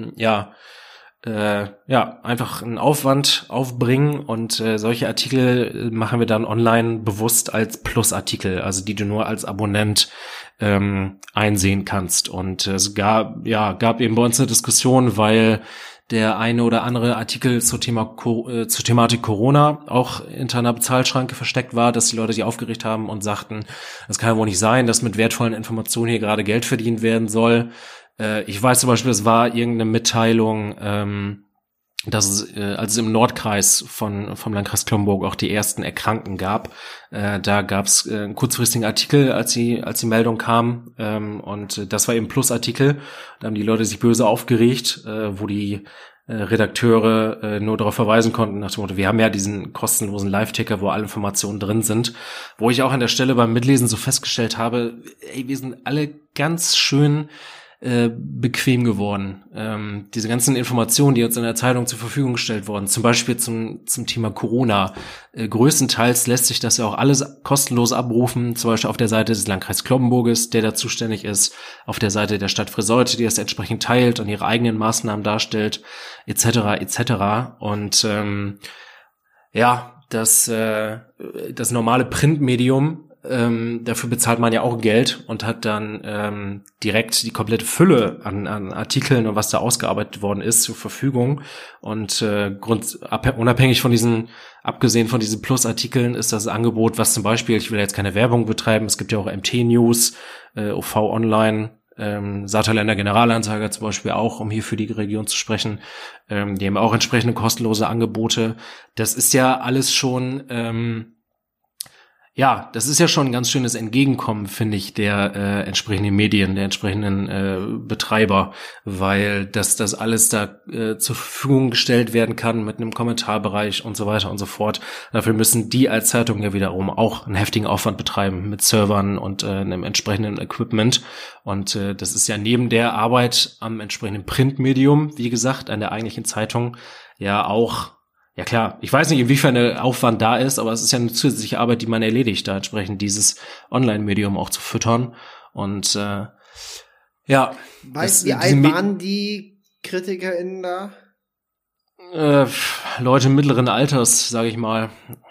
einfach einen Aufwand aufbringen und solche Artikel machen wir dann online bewusst als Plusartikel, also die du nur als Abonnent einsehen kannst. Und es gab eben bei uns eine Diskussion, weil der eine oder andere Artikel zur Thematik Corona auch hinter einer Bezahlschranke versteckt war, dass die Leute sich aufgeregt haben und sagten, das kann ja wohl nicht sein, dass mit wertvollen Informationen hier gerade Geld verdient werden soll. Ich weiß zum Beispiel, es war irgendeine Mitteilung, dass es, als es im Nordkreis vom Landkreis Cloppenburg auch die ersten Erkrankten gab, da gab es einen kurzfristigen Artikel, als die Meldung kam, und das war eben Plusartikel. Da haben die Leute sich böse aufgeregt, wo die Redakteure nur darauf verweisen konnten, nach dem Motto, wir haben ja diesen kostenlosen Live-Ticker, wo alle Informationen drin sind, wo ich auch an der Stelle beim Mitlesen so festgestellt habe, wir sind alle ganz schön bequem geworden. Diese ganzen Informationen, die uns in der Zeitung zur Verfügung gestellt wurden, zum Beispiel zum Thema Corona, größtenteils lässt sich das ja auch alles kostenlos abrufen, zum Beispiel auf der Seite des Landkreises Cloppenburges, der da zuständig ist, auf der Seite der Stadt Friseute, die das entsprechend teilt und ihre eigenen Maßnahmen darstellt, etc. etc. Und das normale Printmedium, dafür bezahlt man ja auch Geld und hat dann direkt die komplette Fülle an Artikeln und was da ausgearbeitet worden ist zur Verfügung. Und unabhängig von abgesehen von diesen Plus-Artikeln ist das Angebot, was zum Beispiel, ich will jetzt keine Werbung betreiben, es gibt ja auch MT News, OV Online, Saarländer Generalanzeiger zum Beispiel auch, um hier für die Region zu sprechen. Die haben auch entsprechende kostenlose Angebote. Das ist ja alles schon das ist ja schon ein ganz schönes Entgegenkommen, finde ich, der entsprechenden Medien, der entsprechenden Betreiber, weil das alles da zur Verfügung gestellt werden kann mit einem Kommentarbereich und so weiter und so fort. Dafür müssen die als Zeitung ja wiederum auch einen heftigen Aufwand betreiben mit Servern und einem entsprechenden Equipment. Und das ist ja neben der Arbeit am entsprechenden Printmedium, wie gesagt, an der eigentlichen Zeitung, ja auch. Ja klar, ich weiß nicht, inwiefern der Aufwand da ist, aber es ist ja eine zusätzliche Arbeit, die man erledigt, da entsprechend dieses Online-Medium auch zu füttern. Und Wie alt waren die KritikerInnen da? Leute mittleren Alters, sage ich mal.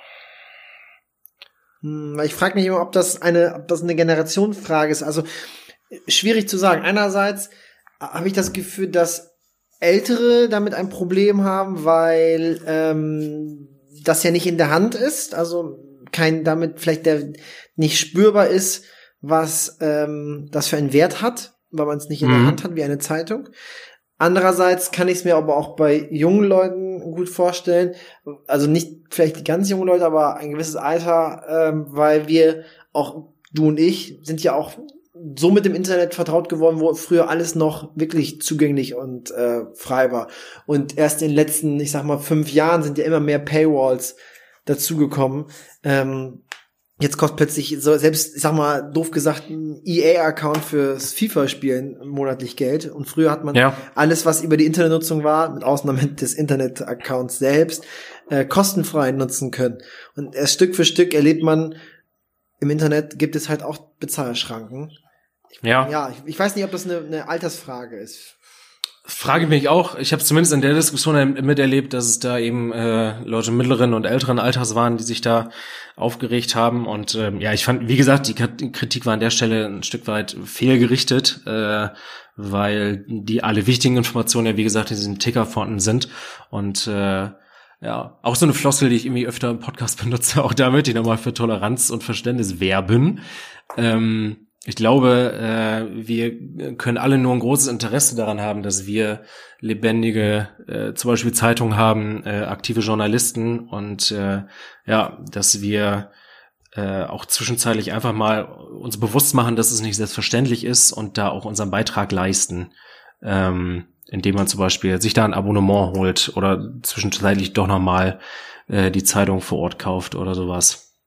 Ich frage mich immer, ob das eine Generationenfrage ist. Also schwierig zu sagen. Einerseits habe ich das Gefühl, dass Ältere damit ein Problem haben, weil das ja nicht in der Hand ist, also damit vielleicht der nicht spürbar ist, was das für einen Wert hat, weil man es nicht in der Hand hat wie eine Zeitung. Andererseits kann ich es mir aber auch bei jungen Leuten gut vorstellen, also nicht vielleicht die ganz jungen Leute, aber ein gewisses Alter, weil wir auch, du und ich, sind ja auch so mit dem Internet vertraut geworden, wo früher alles noch wirklich zugänglich und frei war. Und erst in den letzten, ich sag mal, 5 Jahren sind ja immer mehr Paywalls dazugekommen. Jetzt kostet plötzlich so, selbst, ich sag mal, doof gesagt, ein EA-Account fürs FIFA-Spielen monatlich Geld. Und früher hat man alles, was über die Internetnutzung war, mit Ausnahme des Internet-Accounts selbst, kostenfrei nutzen können. Und erst Stück für Stück erlebt man, im Internet gibt es halt auch Bezahlschranken. Ich weiß nicht, ob das eine Altersfrage ist. Frage mich auch. Ich habe zumindest in der Diskussion miterlebt, dass es da eben Leute mittleren und älteren Alters waren, die sich da aufgeregt haben. Und ich fand, wie gesagt, die Kritik war an der Stelle ein Stück weit fehlgerichtet, weil die alle wichtigen Informationen ja, wie gesagt, in diesem Ticker vorhanden sind. Und auch so eine Floskel, die ich irgendwie öfter im Podcast benutze, auch da möchte ich nochmal für Toleranz und Verständnis werben. Ich glaube, wir können alle nur ein großes Interesse daran haben, dass wir lebendige, zum Beispiel Zeitungen haben, aktive Journalisten und dass wir auch zwischenzeitlich einfach mal uns bewusst machen, dass es nicht selbstverständlich ist und da auch unseren Beitrag leisten, indem man zum Beispiel sich da ein Abonnement holt oder zwischenzeitlich doch nochmal die Zeitung vor Ort kauft oder sowas.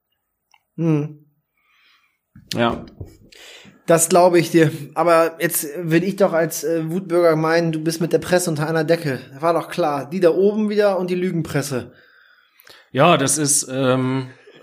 Ja. Das glaube ich dir. Aber jetzt will ich doch als Wutbürger meinen, du bist mit der Presse unter einer Decke. War doch klar. Die da oben wieder und die Lügenpresse. Ja, das ist, da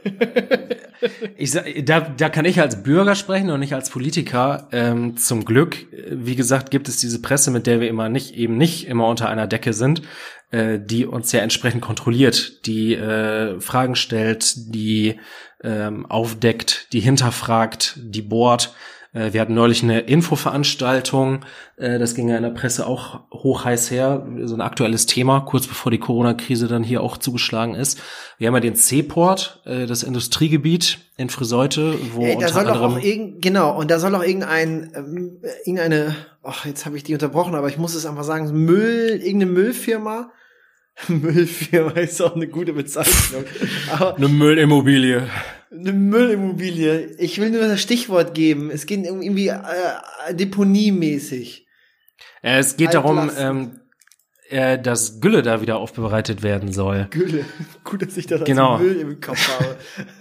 kann ich als Bürger sprechen und nicht als Politiker. Zum Glück, wie gesagt, gibt es diese Presse, mit der wir eben nicht immer unter einer Decke sind, die uns ja entsprechend kontrolliert, die Fragen stellt, die aufdeckt, die hinterfragt, die bohrt. Wir hatten neulich eine Infoveranstaltung, das ging ja in der Presse auch hoch heiß her, so ein aktuelles Thema, kurz bevor die Corona-Krise dann hier auch zugeschlagen ist. Wir haben ja den Seaport, das Industriegebiet in Friseute, wo da soll doch auch und da soll auch irgendeine, jetzt habe ich die unterbrochen, aber ich muss es einfach sagen, irgendeine Müllfirma ist auch eine gute Bezeichnung. Aber eine Müllimmobilie. Eine Müllimmobilie. Ich will nur das Stichwort geben. Es geht irgendwie deponiemäßig. Es geht darum, dass Gülle da wieder aufbereitet werden soll. Gülle. Gut, dass ich da genau. Müll im Kopf habe.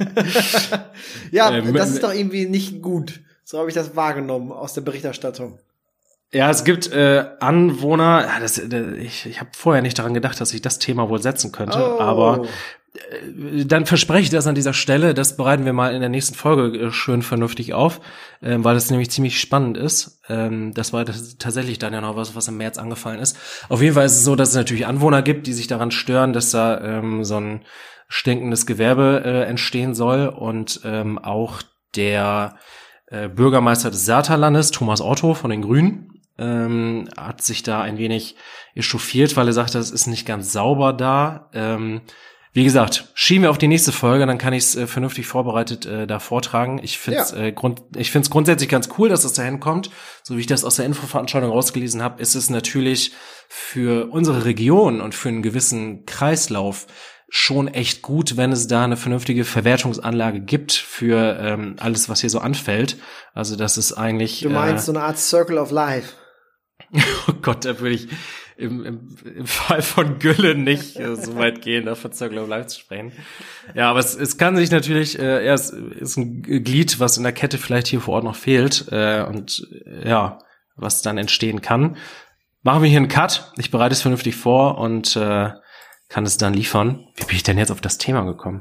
Ja, das ist doch irgendwie nicht gut. So habe ich das wahrgenommen aus der Berichterstattung. Ja, es gibt Anwohner, ich habe vorher nicht daran gedacht, dass ich das Thema wohl setzen könnte, aber dann verspreche ich das an dieser Stelle, das bereiten wir mal in der nächsten Folge schön vernünftig auf, weil das nämlich ziemlich spannend ist. Das war tatsächlich dann ja noch was im März angefallen ist. Auf jeden Fall ist es so, dass es natürlich Anwohner gibt, die sich daran stören, dass da so ein stinkendes Gewerbe entstehen soll und auch der Bürgermeister des Saarterlandes, Thomas Otto von den Grünen, hat sich da ein wenig echauffiert, weil er sagt, das ist nicht ganz sauber da. Wie gesagt, schieben wir auf die nächste Folge, dann kann ich es vernünftig vorbereitet da vortragen. Ich finde es grundsätzlich ganz cool, dass das dahin kommt. So wie ich das aus der Infoveranstaltung rausgelesen habe, ist es natürlich für unsere Region und für einen gewissen Kreislauf schon echt gut, wenn es da eine vernünftige Verwertungsanlage gibt für alles, was hier so anfällt. Also das ist eigentlich... Du meinst so eine Art Circle of Life? Oh Gott, da würde ich im Fall von Gülle nicht so weit gehen, da von Circle of Life zu sprechen. Ja, aber es kann sich natürlich, es ist ein Glied, was in der Kette vielleicht hier vor Ort noch fehlt was dann entstehen kann. Machen wir hier einen Cut, ich bereite es vernünftig vor und kann es dann liefern. Wie bin ich denn jetzt auf das Thema gekommen?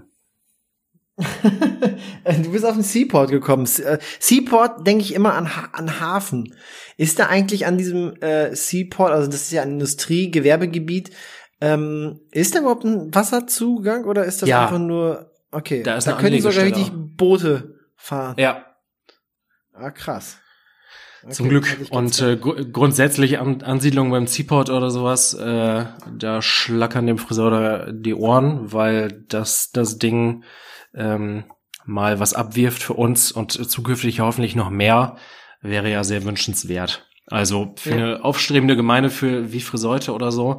Du bist auf den Seaport gekommen. Seaport denke ich immer an Hafen. Ist da eigentlich an diesem Seaport, also das ist ja ein Industrie-Gewerbegebiet, ist da überhaupt ein Wasserzugang oder ist das einfach nur, okay, da können sogar richtig Boote fahren. Ja. Ah, krass. Okay, zum Glück. Und grundsätzlich Ansiedlungen beim Seaport oder sowas, da schlackern dem Friseur die Ohren, weil das Ding mal was abwirft für uns und zukünftig hoffentlich noch mehr, wäre ja sehr wünschenswert. Also für eine aufstrebende Gemeinde wie Friseute oder so,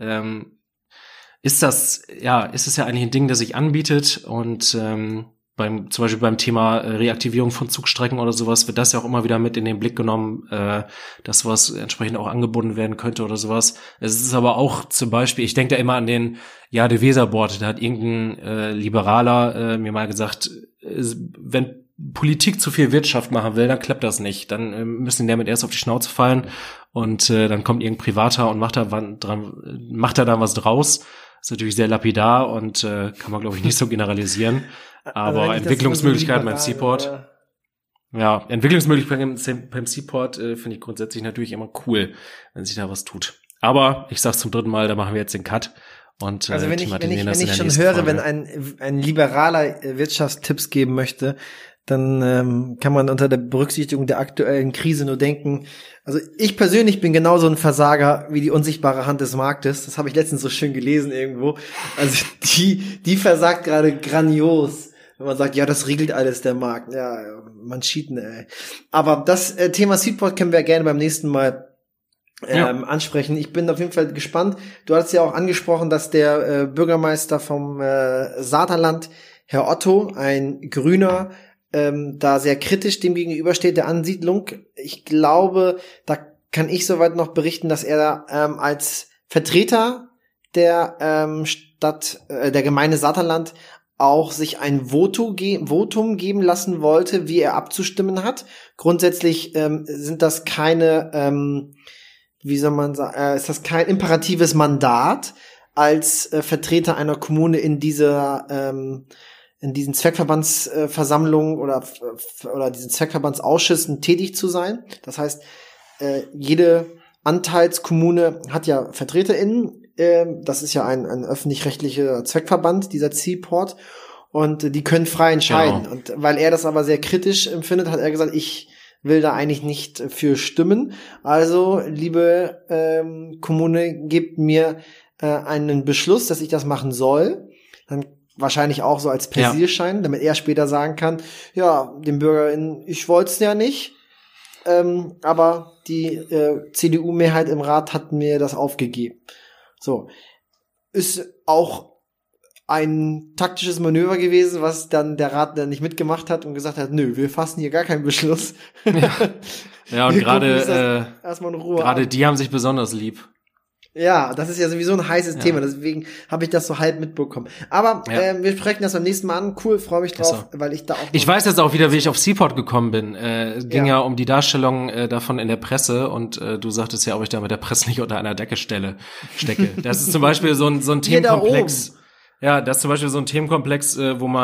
ist es ja eigentlich ein Ding, das sich anbietet und zum Beispiel beim Thema Reaktivierung von Zugstrecken oder sowas wird das ja auch immer wieder mit in den Blick genommen, dass sowas entsprechend auch angebunden werden könnte oder sowas. Es ist aber auch zum Beispiel, ich denke da immer an den Jade Weser-Board, da hat irgendein Liberaler mir mal gesagt, wenn Politik zu viel Wirtschaft machen will, dann klappt das nicht. Dann müssen die damit erst auf die Schnauze fallen und dann kommt irgendein Privater und macht da dann was draus. Das ist natürlich sehr lapidar und kann man, glaube ich, nicht so generalisieren. Aber also Entwicklungsmöglichkeiten beim Seaport, Entwicklungsmöglichkeiten beim Seaport finde ich grundsätzlich natürlich immer cool, wenn sich da was tut. Aber ich sag's zum dritten Mal, da machen wir jetzt den Cut. Und, also wenn ich schon höre, Folge. Wenn ein Liberaler Wirtschaftstipps geben möchte, dann kann man unter der Berücksichtigung der aktuellen Krise nur denken, also ich persönlich bin genauso ein Versager wie die unsichtbare Hand des Marktes. Das habe ich letztens so schön gelesen irgendwo. Also die versagt gerade grandios, Wenn man sagt, ja, das regelt alles der Markt. Ja, man cheaten, ey. Aber das Thema Seedport können wir gerne beim nächsten Mal ansprechen. Ich bin auf jeden Fall gespannt. Du hattest ja auch angesprochen, dass der Bürgermeister vom Saterland, Herr Otto, ein Grüner, da sehr kritisch dem gegenübersteht, der Ansiedlung. Ich glaube, da kann ich soweit noch berichten, dass er als Vertreter der der Gemeinde Saterland auch sich ein Votum geben lassen wollte, wie er abzustimmen hat. Grundsätzlich sind das keine wie soll man sagen, ist das kein imperatives Mandat als Vertreter einer Kommune in diesen Zweckverbandsversammlungen oder diesen Zweckverbandsausschüssen tätig zu sein. Das heißt, jede Anteilskommune hat ja VertreterInnen. Das ist ja ein öffentlich-rechtlicher Zweckverband, dieser Seaport. Und die können frei entscheiden. Genau. Und weil er das aber sehr kritisch empfindet, hat er gesagt, ich will da eigentlich nicht für stimmen. Also, liebe Kommune, gebt mir einen Beschluss, dass ich das machen soll. Dann wahrscheinlich auch so als Persilschein, damit er später sagen kann, ja, dem BürgerInnen, ich wollte es ja nicht, aber die CDU-Mehrheit im Rat hat mir das aufgegeben. So. Ist auch ein taktisches Manöver gewesen, was dann der Rat dann nicht mitgemacht hat und gesagt hat, nö, wir fassen hier gar keinen Beschluss. Ja und gerade die haben sich besonders lieb. Ja, das ist ja sowieso ein heißes Thema, deswegen habe ich das so halb mitbekommen. Aber wir sprechen das beim nächsten Mal an. Cool, freue mich drauf, weil ich da auch... Ich weiß jetzt auch wieder, wie ich auf Seaport gekommen bin. Es ging ja um die Darstellung davon in der Presse und du sagtest ja, ob ich da mit der Presse nicht unter einer Decke stecke. Das ist zum Beispiel so ein Themenkomplex. Ja, das ist zum Beispiel so ein Themenkomplex,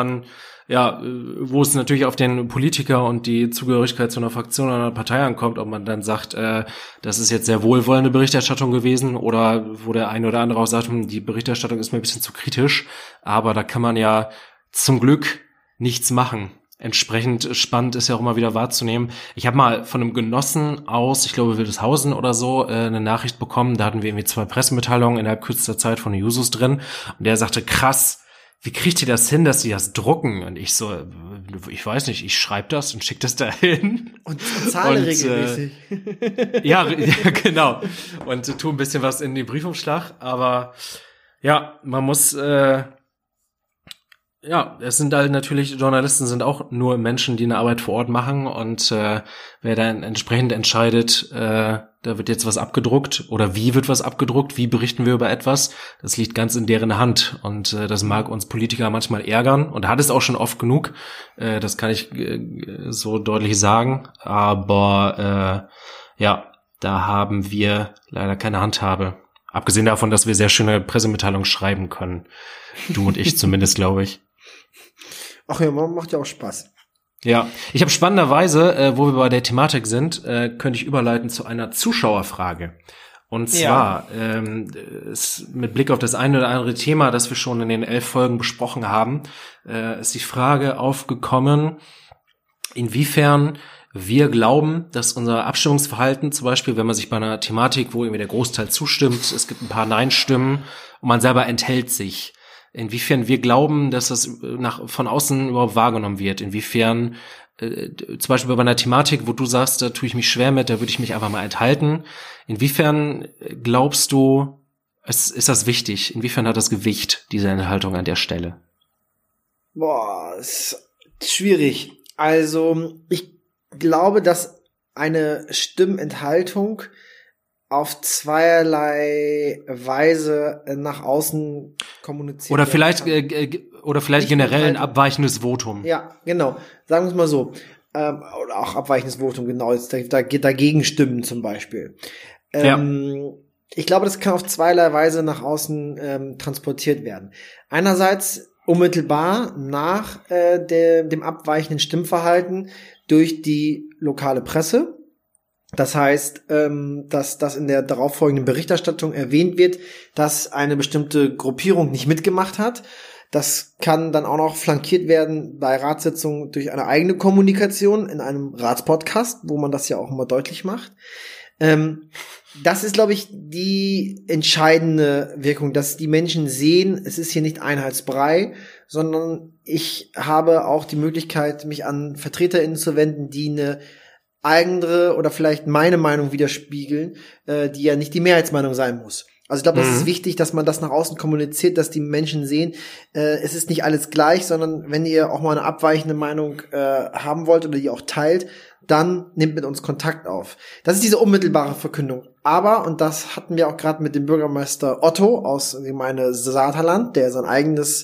wo es natürlich auf den Politiker und die Zugehörigkeit zu einer Fraktion oder einer Partei ankommt, ob man dann sagt, das ist jetzt sehr wohlwollende Berichterstattung gewesen oder wo der eine oder andere auch sagt, die Berichterstattung ist mir ein bisschen zu kritisch, aber da kann man ja zum Glück nichts machen. Entsprechend spannend ist ja auch immer wieder wahrzunehmen. Ich habe mal von einem Genossen aus, ich glaube Wildeshausen oder so, eine Nachricht bekommen, da hatten wir irgendwie 2 Pressemitteilungen innerhalb kürzester Zeit von den Jusos drin und der sagte, krass, wie kriegt ihr das hin, dass die das drucken? Und ich so, ich weiß nicht, ich schreibe das und schicke das dahin. Und zahle regelmäßig. Ja, genau. Und tu ein bisschen was in den Briefumschlag. Aber ja, man muss... es sind halt natürlich, Journalisten sind auch nur Menschen, die eine Arbeit vor Ort machen und wer dann entsprechend entscheidet, da wird jetzt was abgedruckt oder wie wird was abgedruckt, wie berichten wir über etwas, das liegt ganz in deren Hand und das mag uns Politiker manchmal ärgern und hat es auch schon oft genug, das kann ich so deutlich sagen, aber da haben wir leider keine Handhabe. Abgesehen davon, dass wir sehr schöne Pressemitteilungen schreiben können. Du und ich zumindest, glaube ich. Ach ja, macht ja auch Spaß. Ja, ich habe spannenderweise, wo wir bei der Thematik sind, könnte ich überleiten zu einer Zuschauerfrage. Und zwar mit Blick auf das eine oder andere Thema, das wir schon in den 11 Folgen besprochen haben, ist die Frage aufgekommen, inwiefern wir glauben, dass unser Abstimmungsverhalten, zum Beispiel, wenn man sich bei einer Thematik, wo irgendwie der Großteil zustimmt, es gibt ein paar Nein-Stimmen und man selber enthält sich, inwiefern wir glauben, dass das von außen überhaupt wahrgenommen wird, inwiefern zum Beispiel bei einer Thematik, wo du sagst, da tue ich mich schwer mit, da würde ich mich einfach mal enthalten, inwiefern glaubst du, ist das wichtig, inwiefern hat das Gewicht, diese Enthaltung an der Stelle? Boah, ist schwierig. Also, ich glaube, dass eine Stimmenthaltung auf zweierlei Weise nach außen kommuniziert oder vielleicht generell ein abweichendes Votum. Ja, genau. Sagen wir es mal so. Oder auch abweichendes Votum, genau. Da geht dagegen stimmen zum Beispiel. Ich glaube, das kann auf zweierlei Weise nach außen transportiert werden. Einerseits unmittelbar nach dem abweichenden Stimmverhalten durch die lokale Presse. Das heißt, dass das in der darauffolgenden Berichterstattung erwähnt wird, dass eine bestimmte Gruppierung nicht mitgemacht hat. Das kann dann auch noch flankiert werden bei Ratssitzungen durch eine eigene Kommunikation in einem Ratspodcast, wo man das ja auch immer deutlich macht. Das ist, glaube ich, die entscheidende Wirkung, dass die Menschen sehen, es ist hier nicht Einheitsbrei, sondern ich habe auch die Möglichkeit, mich an VertreterInnen zu wenden, die eine andere oder vielleicht meine Meinung widerspiegeln, die ja nicht die Mehrheitsmeinung sein muss. Also ich glaube, das ist wichtig, dass man das nach außen kommuniziert, dass die Menschen sehen, es ist nicht alles gleich, sondern wenn ihr auch mal eine abweichende Meinung haben wollt oder die auch teilt, dann nehmt mit uns Kontakt auf. Das ist diese unmittelbare Verkündung. Aber, und das hatten wir auch gerade mit dem Bürgermeister Otto aus der Gemeinde Saterland, der sein eigenes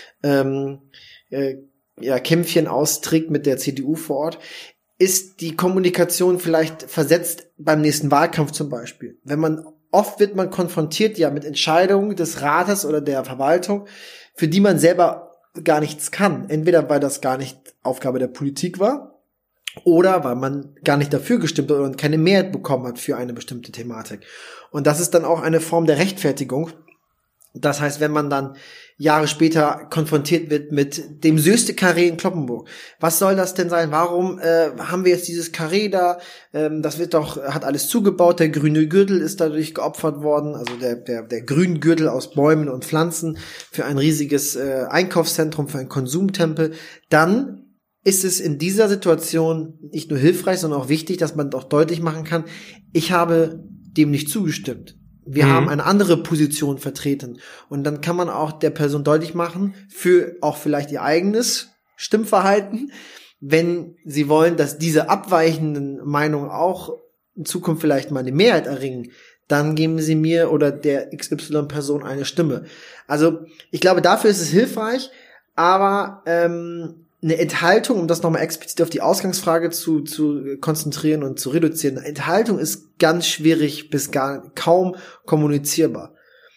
Kämpfchen austrägt mit der CDU vor Ort, ist die Kommunikation vielleicht versetzt beim nächsten Wahlkampf zum Beispiel. Oft wird man konfrontiert ja mit Entscheidungen des Rates oder der Verwaltung, für die man selber gar nichts kann. Entweder weil das gar nicht Aufgabe der Politik war oder weil man gar nicht dafür gestimmt hat und keine Mehrheit bekommen hat für eine bestimmte Thematik. Und das ist dann auch eine Form der Rechtfertigung. Das heißt, wenn man dann Jahre später konfrontiert wird mit dem Soeste-Karree in Cloppenburg. Was soll das denn sein? Warum haben wir jetzt dieses Karree da? Das hat alles zugebaut. Der grüne Gürtel ist dadurch geopfert worden. Also der grüne Gürtel aus Bäumen und Pflanzen für ein riesiges Einkaufszentrum, für einen Konsumtempel. Dann ist es in dieser Situation nicht nur hilfreich, sondern auch wichtig, dass man auch deutlich machen kann, ich habe dem nicht zugestimmt. Wir haben eine andere Position vertreten. Und dann kann man auch der Person deutlich machen, für auch vielleicht ihr eigenes Stimmverhalten, wenn sie wollen, dass diese abweichenden Meinungen auch in Zukunft vielleicht mal eine Mehrheit erringen, dann geben sie mir oder der XY-Person eine Stimme. Also ich glaube, dafür ist es hilfreich, aber eine Enthaltung, um das nochmal explizit auf die Ausgangsfrage zu konzentrieren und zu reduzieren, eine Enthaltung ist ganz schwierig bis kaum kommunizierbar.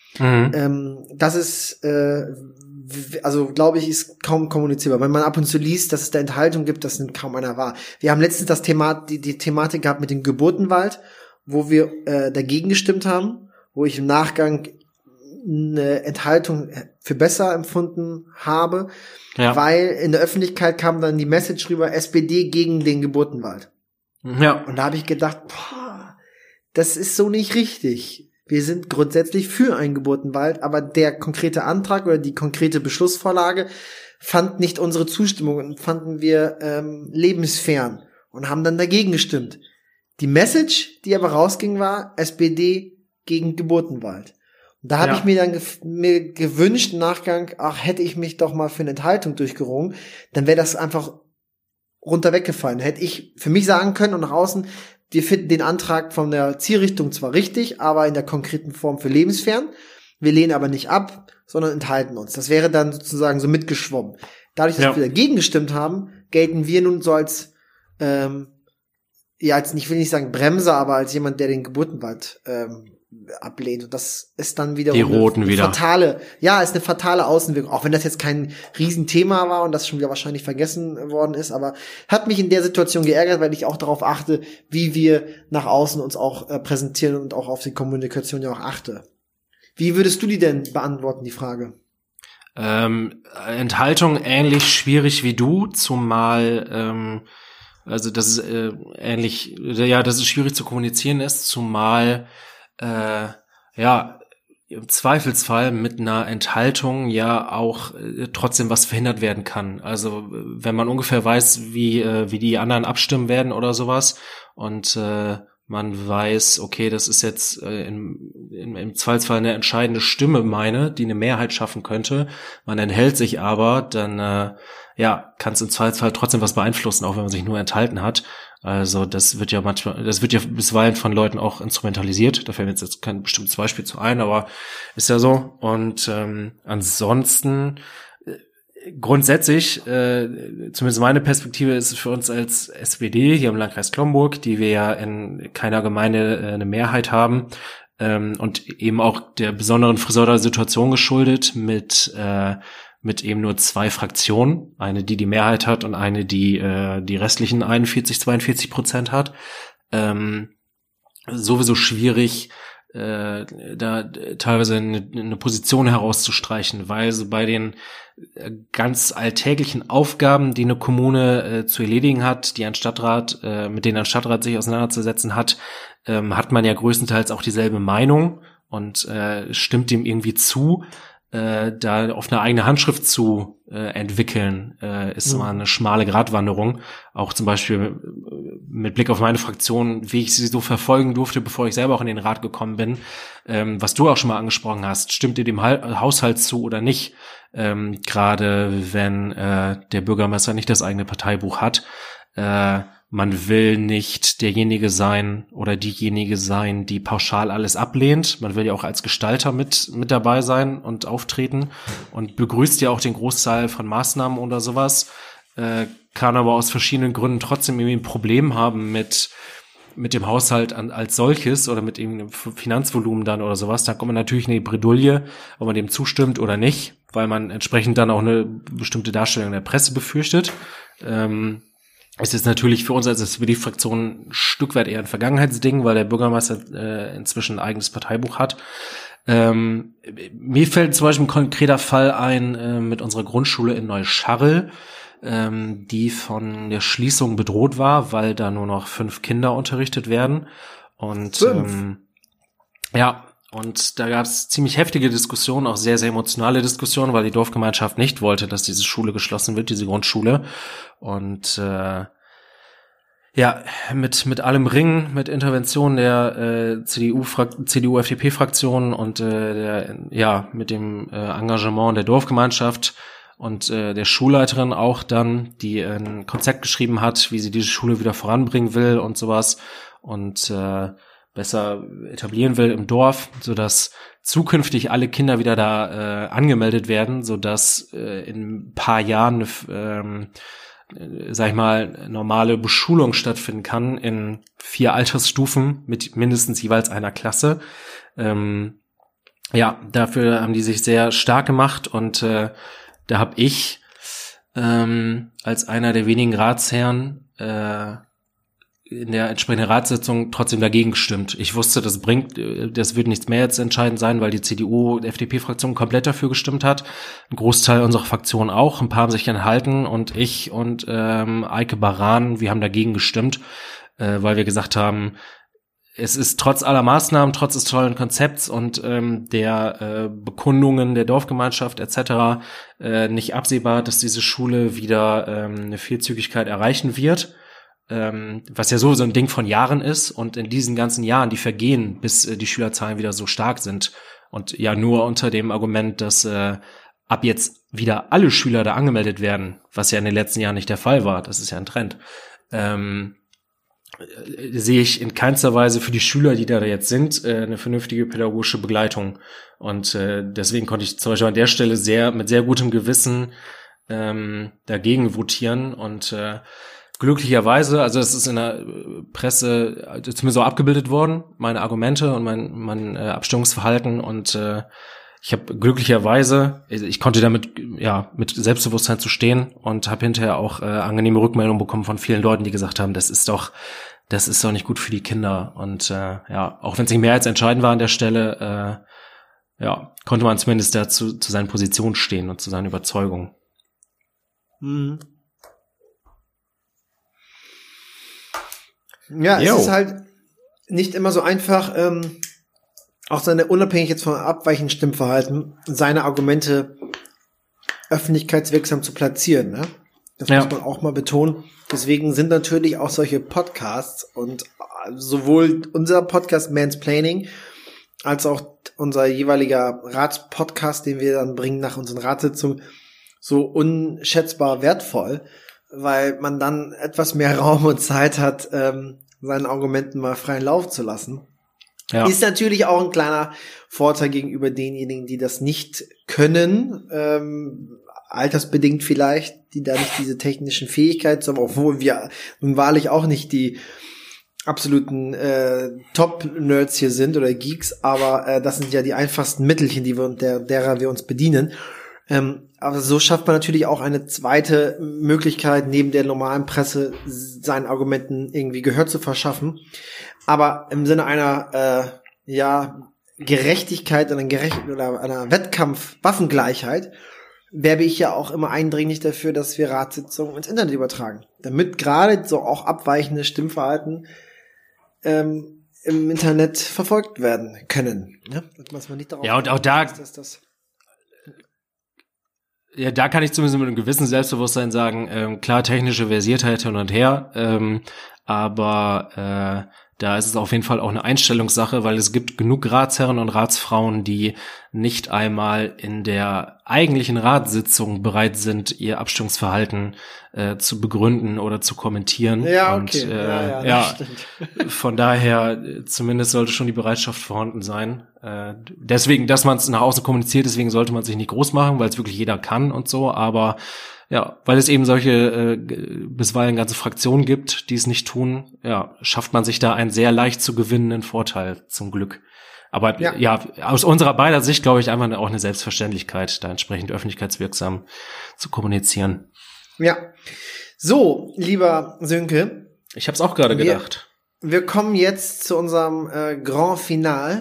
Das ist, glaube ich, ist kaum kommunizierbar. Wenn man ab und zu liest, dass es da Enthaltung gibt, das nimmt kaum einer wahr. Wir haben letztens die Thematik gehabt mit dem Geburtenwald, wo wir dagegen gestimmt haben, wo ich im Nachgang eine Enthaltung für besser empfunden habe, weil in der Öffentlichkeit kam dann die Message rüber, SPD gegen den Geburtenwald. Ja. Und da habe ich gedacht, das ist so nicht richtig. Wir sind grundsätzlich für einen Geburtenwald, aber der konkrete Antrag oder die konkrete Beschlussvorlage fand nicht unsere Zustimmung und fanden wir lebensfern und haben dann dagegen gestimmt. Die Message, die aber rausging, war SPD gegen Geburtenwald. Da habe ich mir dann gewünscht im Nachgang, hätte ich mich doch mal für eine Enthaltung durchgerungen, dann wäre das einfach runter weggefallen. Hätte ich für mich sagen können und nach außen, wir finden den Antrag von der Zielrichtung zwar richtig, aber in der konkreten Form für lebensfern. Wir lehnen aber nicht ab, sondern enthalten uns. Das wäre dann sozusagen so mitgeschwommen. Dadurch, dass wir dagegen gestimmt haben, gelten wir nun so als, ich will nicht sagen Bremser, aber als jemand, der den Geburtenwald ablehnt. Und das ist dann wieder die Roten wieder. Ist eine fatale Außenwirkung. Auch wenn das jetzt kein Riesenthema war und das schon wieder wahrscheinlich vergessen worden ist, aber hat mich in der Situation geärgert, weil ich auch darauf achte, wie wir nach außen uns auch präsentieren und auch auf die Kommunikation ja auch achte. Wie würdest du die denn beantworten, die Frage? Enthaltung ähnlich schwierig wie du, zumal also das ist ähnlich, dass es schwierig zu kommunizieren ist, zumal im Zweifelsfall mit einer Enthaltung ja auch trotzdem was verhindert werden kann. Also wenn man ungefähr weiß, wie die anderen abstimmen werden oder sowas und man weiß, okay, das ist jetzt im Zweifelsfall eine entscheidende Stimme die eine Mehrheit schaffen könnte, man enthält sich aber, dann kann es im Zweifelsfall trotzdem was beeinflussen, auch wenn man sich nur enthalten hat. Also das wird ja bisweilen von Leuten auch instrumentalisiert. Da fällt mir jetzt kein bestimmtes Beispiel zu ein, aber ist ja so. Und ansonsten grundsätzlich, zumindest meine Perspektive ist es für uns als SPD hier im Landkreis Cloppenburg, die wir ja in keiner Gemeinde eine Mehrheit haben und eben auch der besonderen Friseurder Situation geschuldet mit eben nur 2 Fraktionen, eine, die Mehrheit hat und eine, die restlichen 41-42% hat. Sowieso schwierig, da teilweise eine Position herauszustreichen, weil so bei den ganz alltäglichen Aufgaben, die eine Kommune zu erledigen hat, die ein Stadtrat, mit denen ein Stadtrat sich auseinanderzusetzen hat, hat man ja größtenteils auch dieselbe Meinung und stimmt dem irgendwie zu. Da auf eine eigene Handschrift zu entwickeln, ist immer eine schmale Gratwanderung. Auch zum Beispiel mit Blick auf meine Fraktion, wie ich sie so verfolgen durfte, bevor ich selber auch in den Rat gekommen bin. Was du auch schon mal angesprochen hast, stimmt ihr dem Haushalt zu oder nicht? Gerade wenn der Bürgermeister nicht das eigene Parteibuch hat. Man will nicht derjenige sein oder diejenige sein, die pauschal alles ablehnt. Man will ja auch als Gestalter mit dabei sein und auftreten und begrüßt ja auch den Großteil von Maßnahmen oder sowas, kann aber aus verschiedenen Gründen trotzdem irgendwie ein Problem haben mit dem Haushalt als solches oder mit irgendeinem Finanzvolumen dann oder sowas. Da kommt man natürlich in die Bredouille, ob man dem zustimmt oder nicht, weil man entsprechend dann auch eine bestimmte Darstellung der Presse befürchtet. Es ist natürlich für uns als SPD-Fraktion ein Stück weit eher ein Vergangenheitsding, weil der Bürgermeister inzwischen ein eigenes Parteibuch hat. Mir fällt zum Beispiel ein konkreter Fall ein mit unserer Grundschule in Neuscharrel, die von der Schließung bedroht war, weil da nur noch 5 Kinder unterrichtet werden. Und und da gab es ziemlich heftige Diskussionen, auch sehr, sehr emotionale Diskussionen, weil die Dorfgemeinschaft nicht wollte, dass diese Schule geschlossen wird, diese Grundschule. Und mit allem Ringen, mit Intervention der CDU-FDP-Fraktion und mit dem Engagement der Dorfgemeinschaft und der Schulleiterin auch dann, die ein Konzept geschrieben hat, wie sie diese Schule wieder voranbringen will und sowas und besser etablieren will im Dorf, sodass zukünftig alle Kinder wieder da angemeldet werden, sodass in ein paar Jahren normale Beschulung stattfinden kann in 4 Altersstufen mit mindestens jeweils einer Klasse. Dafür haben die sich sehr stark gemacht und da habe ich als einer der wenigen Ratsherren in der entsprechenden Ratssitzung trotzdem dagegen gestimmt. Ich wusste, das wird nichts mehr jetzt entscheidend sein, weil die CDU-FDP-Fraktion komplett dafür gestimmt hat. Ein Großteil unserer Fraktion auch. Ein paar haben sich enthalten und ich und Eike Baran, wir haben dagegen gestimmt, weil wir gesagt haben, es ist trotz aller Maßnahmen, trotz des tollen Konzepts und der Bekundungen der Dorfgemeinschaft etc. Nicht absehbar, dass diese Schule wieder eine Vielzügigkeit erreichen wird. Was ja so ein Ding von Jahren ist und in diesen ganzen Jahren, die vergehen, bis die Schülerzahlen wieder so stark sind und ja nur unter dem Argument, dass ab jetzt wieder alle Schüler da angemeldet werden, was ja in den letzten Jahren nicht der Fall war, das ist ja ein Trend, sehe ich in keinster Weise für die Schüler, die da jetzt sind, eine vernünftige pädagogische Begleitung und deswegen konnte ich zum Beispiel an der Stelle mit sehr gutem Gewissen dagegen votieren und glücklicherweise, also es ist in der Presse zumindest so abgebildet worden, meine Argumente und mein Abstimmungsverhalten und ich habe glücklicherweise, ich konnte damit mit Selbstbewusstsein zu stehen und habe hinterher auch angenehme Rückmeldungen bekommen von vielen Leuten, die gesagt haben, das ist doch nicht gut für die Kinder und auch wenn es nicht mehrheitsentscheidend war an der Stelle, konnte man zumindest dazu zu seinen Positionen stehen und zu seinen Überzeugungen. Mhm. Ja, es ist halt nicht immer so einfach, auch unabhängig jetzt vom abweichenden Stimmverhalten, seine Argumente öffentlichkeitswirksam zu platzieren, ne? Das muss man auch mal betonen. Deswegen sind natürlich auch solche Podcasts und sowohl unser Podcast Mansplaining als auch unser jeweiliger Ratspodcast, den wir dann bringen nach unseren Ratssitzungen, so unschätzbar wertvoll, weil man dann etwas mehr Raum und Zeit hat, seinen Argumenten mal freien Lauf zu lassen. Ja. Ist natürlich auch ein kleiner Vorteil gegenüber denjenigen, die das nicht können, altersbedingt vielleicht, die da nicht diese technischen Fähigkeiten haben, obwohl wir nun wahrlich auch nicht die absoluten Top-Nerds hier sind oder Geeks, aber das sind ja die einfachsten Mittelchen, derer wir uns bedienen. Aber so schafft man natürlich auch eine zweite Möglichkeit, neben der normalen Presse seinen Argumenten irgendwie Gehör zu verschaffen. Aber im Sinne einer Gerechtigkeit oder einer Wettkampf-Waffengleichheit werbe ich ja auch immer eindringlich dafür, dass wir Ratssitzungen ins Internet übertragen. Damit gerade so auch abweichende Stimmverhalten im Internet verfolgt werden können. Ne? Dass man nicht darauf und auch da da kann ich zumindest mit einem gewissen Selbstbewusstsein sagen, klar, technische Versiertheit hin und her, aber da ist es auf jeden Fall auch eine Einstellungssache, weil es gibt genug Ratsherren und Ratsfrauen, die nicht einmal in der eigentlichen Ratssitzung bereit sind, ihr Abstimmungsverhalten zu begründen oder zu kommentieren. Ja, okay. Und, von daher zumindest sollte schon die Bereitschaft vorhanden sein. Deswegen, dass man es nach außen kommuniziert, deswegen sollte man sich nicht groß machen, weil es wirklich jeder kann und so, aber ja, weil es eben solche bisweilen ganze Fraktionen gibt, die es nicht tun, schafft man sich da einen sehr leicht zu gewinnenden Vorteil, zum Glück. Aber aus unserer beider Sicht, glaube ich, einfach auch eine Selbstverständlichkeit, da entsprechend öffentlichkeitswirksam zu kommunizieren. Ja. So, lieber Sönke. Ich habe es auch gerade gedacht. Wir kommen jetzt zu unserem Grand Final.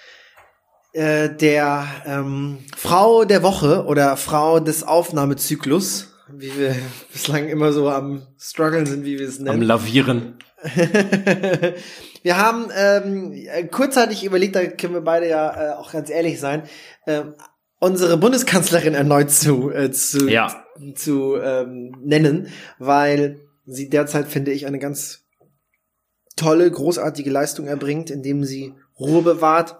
Der Frau der Woche oder Frau des Aufnahmezyklus, wie wir bislang immer so am struggeln sind, wie wir es nennen. Am Lavieren. Wir haben kurzzeitig überlegt, da können wir beide ja auch ganz ehrlich sein, unsere Bundeskanzlerin erneut zu nennen, weil sie derzeit, finde ich, eine ganz tolle, großartige Leistung erbringt, indem sie Ruhe bewahrt,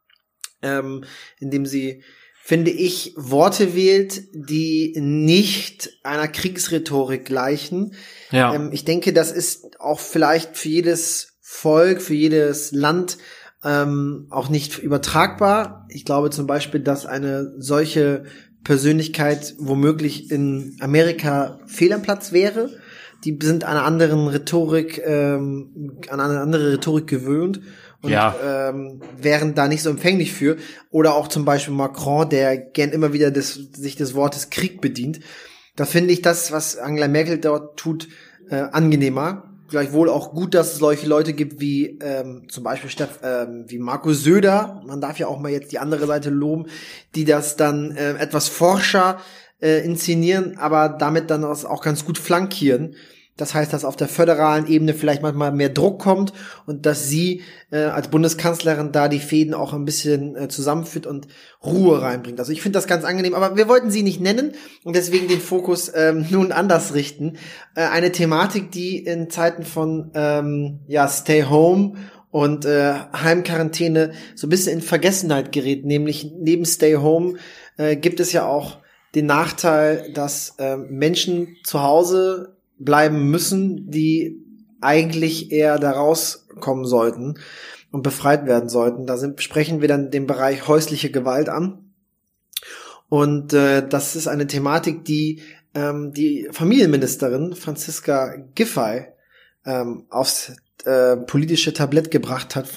indem sie, finde ich, Worte wählt, die nicht einer Kriegsrhetorik gleichen. Ja. Ich denke, das ist auch vielleicht für jedes Volk, für jedes Land auch nicht übertragbar. Ich glaube zum Beispiel, dass eine solche Persönlichkeit womöglich in Amerika fehl am Platz wäre. Die sind einer anderen Rhetorik, an eine andere Rhetorik gewöhnt. Und wären da nicht so empfänglich für. Oder auch zum Beispiel Macron, der gern immer wieder sich des Wortes Krieg bedient. Da finde ich das, was Angela Merkel dort tut, angenehmer. Gleichwohl auch gut, dass es solche Leute gibt wie zum Beispiel wie Markus Söder. Man darf ja auch mal jetzt die andere Seite loben, die das dann etwas forscher inszenieren, aber damit dann auch ganz gut flankieren. Das heißt, dass auf der föderalen Ebene vielleicht manchmal mehr Druck kommt und dass sie als Bundeskanzlerin da die Fäden auch ein bisschen zusammenführt und Ruhe reinbringt. Also ich finde das ganz angenehm, aber wir wollten sie nicht nennen und deswegen den Fokus nun anders richten. Eine Thematik, die in Zeiten von Stay Home und Heimquarantäne so ein bisschen in Vergessenheit gerät, nämlich neben Stay Home gibt es ja auch den Nachteil, dass Menschen zu Hause bleiben müssen, die eigentlich eher da rauskommen sollten und befreit werden sollten. Da sprechen wir dann den Bereich häusliche Gewalt an. Und das ist eine Thematik, die die Familienministerin Franziska Giffey aufs politische Tablett gebracht hat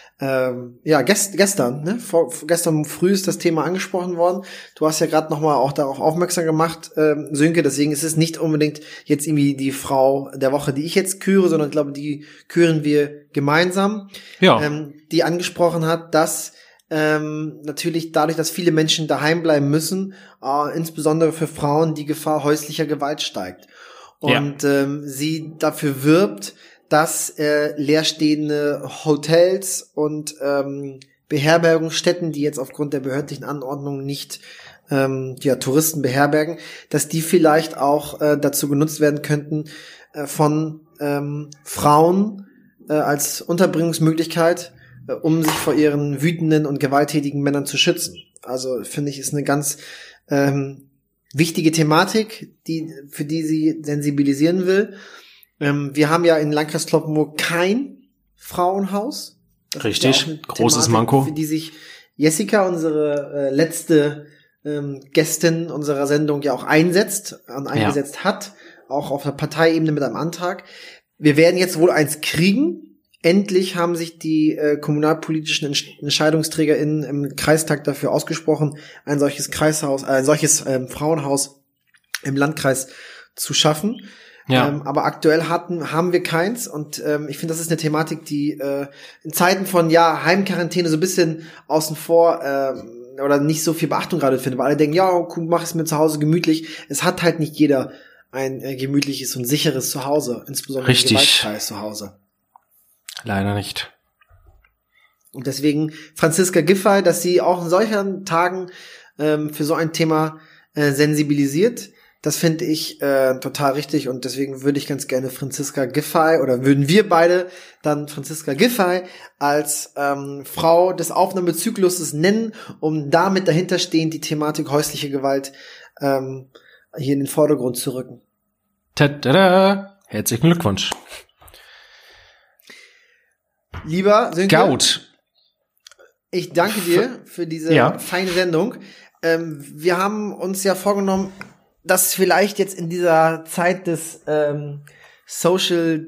gestern, ne? Gestern früh ist das Thema angesprochen worden. Du hast ja gerade nochmal auch darauf aufmerksam gemacht, Sönke, deswegen ist es nicht unbedingt jetzt irgendwie die Frau der Woche, die ich jetzt küre, sondern ich glaube, die küren wir gemeinsam, die angesprochen hat, dass natürlich dadurch, dass viele Menschen daheim bleiben müssen, insbesondere für Frauen die Gefahr häuslicher Gewalt steigt. Und sie dafür wirbt, dass leerstehende Hotels und Beherbergungsstätten, die jetzt aufgrund der behördlichen Anordnung nicht Touristen beherbergen, dass die vielleicht auch dazu genutzt werden könnten von Frauen als Unterbringungsmöglichkeit, um sich vor ihren wütenden und gewalttätigen Männern zu schützen. Also finde ich, ist eine ganz wichtige Thematik, für die sie sensibilisieren will. Wir haben ja in Landkreis Cloppenburg kein Frauenhaus. Das richtig, ja großes Manko. Für die sich Jessica, unsere letzte Gästin unserer Sendung, ja auch eingesetzt hat, auch auf der Parteiebene mit einem Antrag. Wir werden jetzt wohl eins kriegen. Endlich haben sich die kommunalpolitischen EntscheidungsträgerInnen im Kreistag dafür ausgesprochen, ein solches Frauenhaus im Landkreis zu schaffen. Ja. Aber aktuell haben wir keins und ich finde, das ist eine Thematik, die in Zeiten von Heimquarantäne so ein bisschen außen vor oder nicht so viel Beachtung gerade findet, weil alle denken, ja, cool, mach es mir zu Hause gemütlich. Es hat halt nicht jeder ein gemütliches und sicheres Zuhause, insbesondere ein gewaltfreies Zuhause. Leider nicht. Und deswegen Franziska Giffey, dass sie auch in solchen Tagen für so ein Thema sensibilisiert, das finde ich total richtig und deswegen würde ich ganz gerne Franziska Giffey oder würden wir beide dann Franziska Giffey als Frau des Aufnahmezykluses nennen, um damit dahinterstehend die Thematik häusliche Gewalt hier in den Vordergrund zu rücken. Tada! Herzlichen Glückwunsch. Lieber Sönke, Gaut. Ich danke dir für diese feine Sendung. Wir haben uns ja vorgenommen, dass vielleicht jetzt in dieser Zeit des Social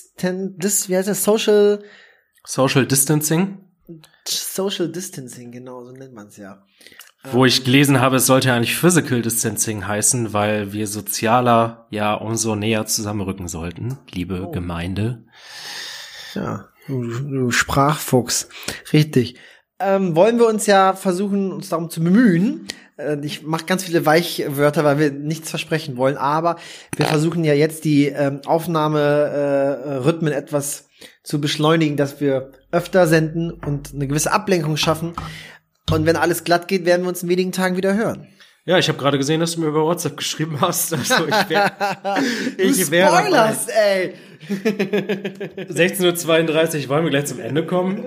Distancing, genau, so nennt man es ja. Wo ich gelesen habe, es sollte ja eigentlich Physical Distancing heißen, weil wir sozialer ja umso näher zusammenrücken sollten, liebe Gemeinde. Ja, du Sprachfuchs. Richtig. Wollen wir uns ja versuchen, uns darum zu bemühen. Ich mache ganz viele Weichwörter, weil wir nichts versprechen wollen, aber wir versuchen ja jetzt die Aufnahmerhythmen etwas zu beschleunigen, dass wir öfter senden und eine gewisse Ablenkung schaffen. Und wenn alles glatt geht, werden wir uns in wenigen Tagen wieder hören. Ja, ich habe gerade gesehen, dass du mir über WhatsApp geschrieben hast. Also du spoilerst, ey! 16:32 Uhr, wollen wir gleich zum Ende kommen?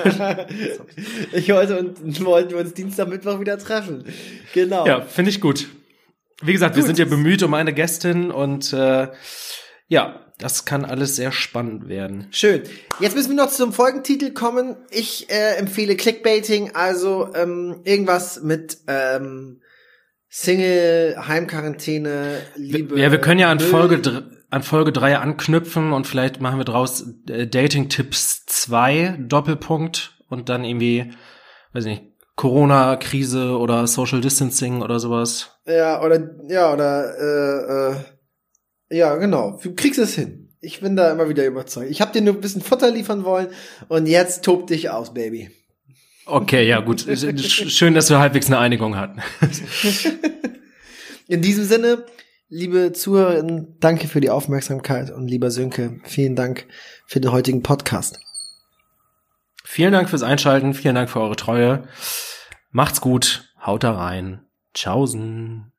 Wollten wir uns Dienstag, Mittwoch wieder treffen. Genau. Ja, finde ich gut. Wie gesagt, wir sind ja bemüht um eine Gästin und das kann alles sehr spannend werden. Schön. Jetzt müssen wir noch zum Folgentitel kommen. Ich empfehle Clickbaiting, also irgendwas mit Single, Heimquarantäne, Liebe. Ja, wir können ja an Folge 3 anknüpfen und vielleicht machen wir draus Dating-Tipps 2, Doppelpunkt und dann irgendwie, weiß nicht, Corona-Krise oder Social Distancing oder sowas. Ja, genau. Du kriegst es hin. Ich bin da immer wieder überzeugt. Ich habe dir nur ein bisschen Futter liefern wollen und jetzt tob dich aus, Baby. Okay, ja gut. Schön, dass wir halbwegs eine Einigung hatten. In diesem Sinne, liebe Zuhörerinnen, danke für die Aufmerksamkeit und lieber Sönke, vielen Dank für den heutigen Podcast. Vielen Dank fürs Einschalten, vielen Dank für eure Treue. Macht's gut, haut da rein. Tschaußen.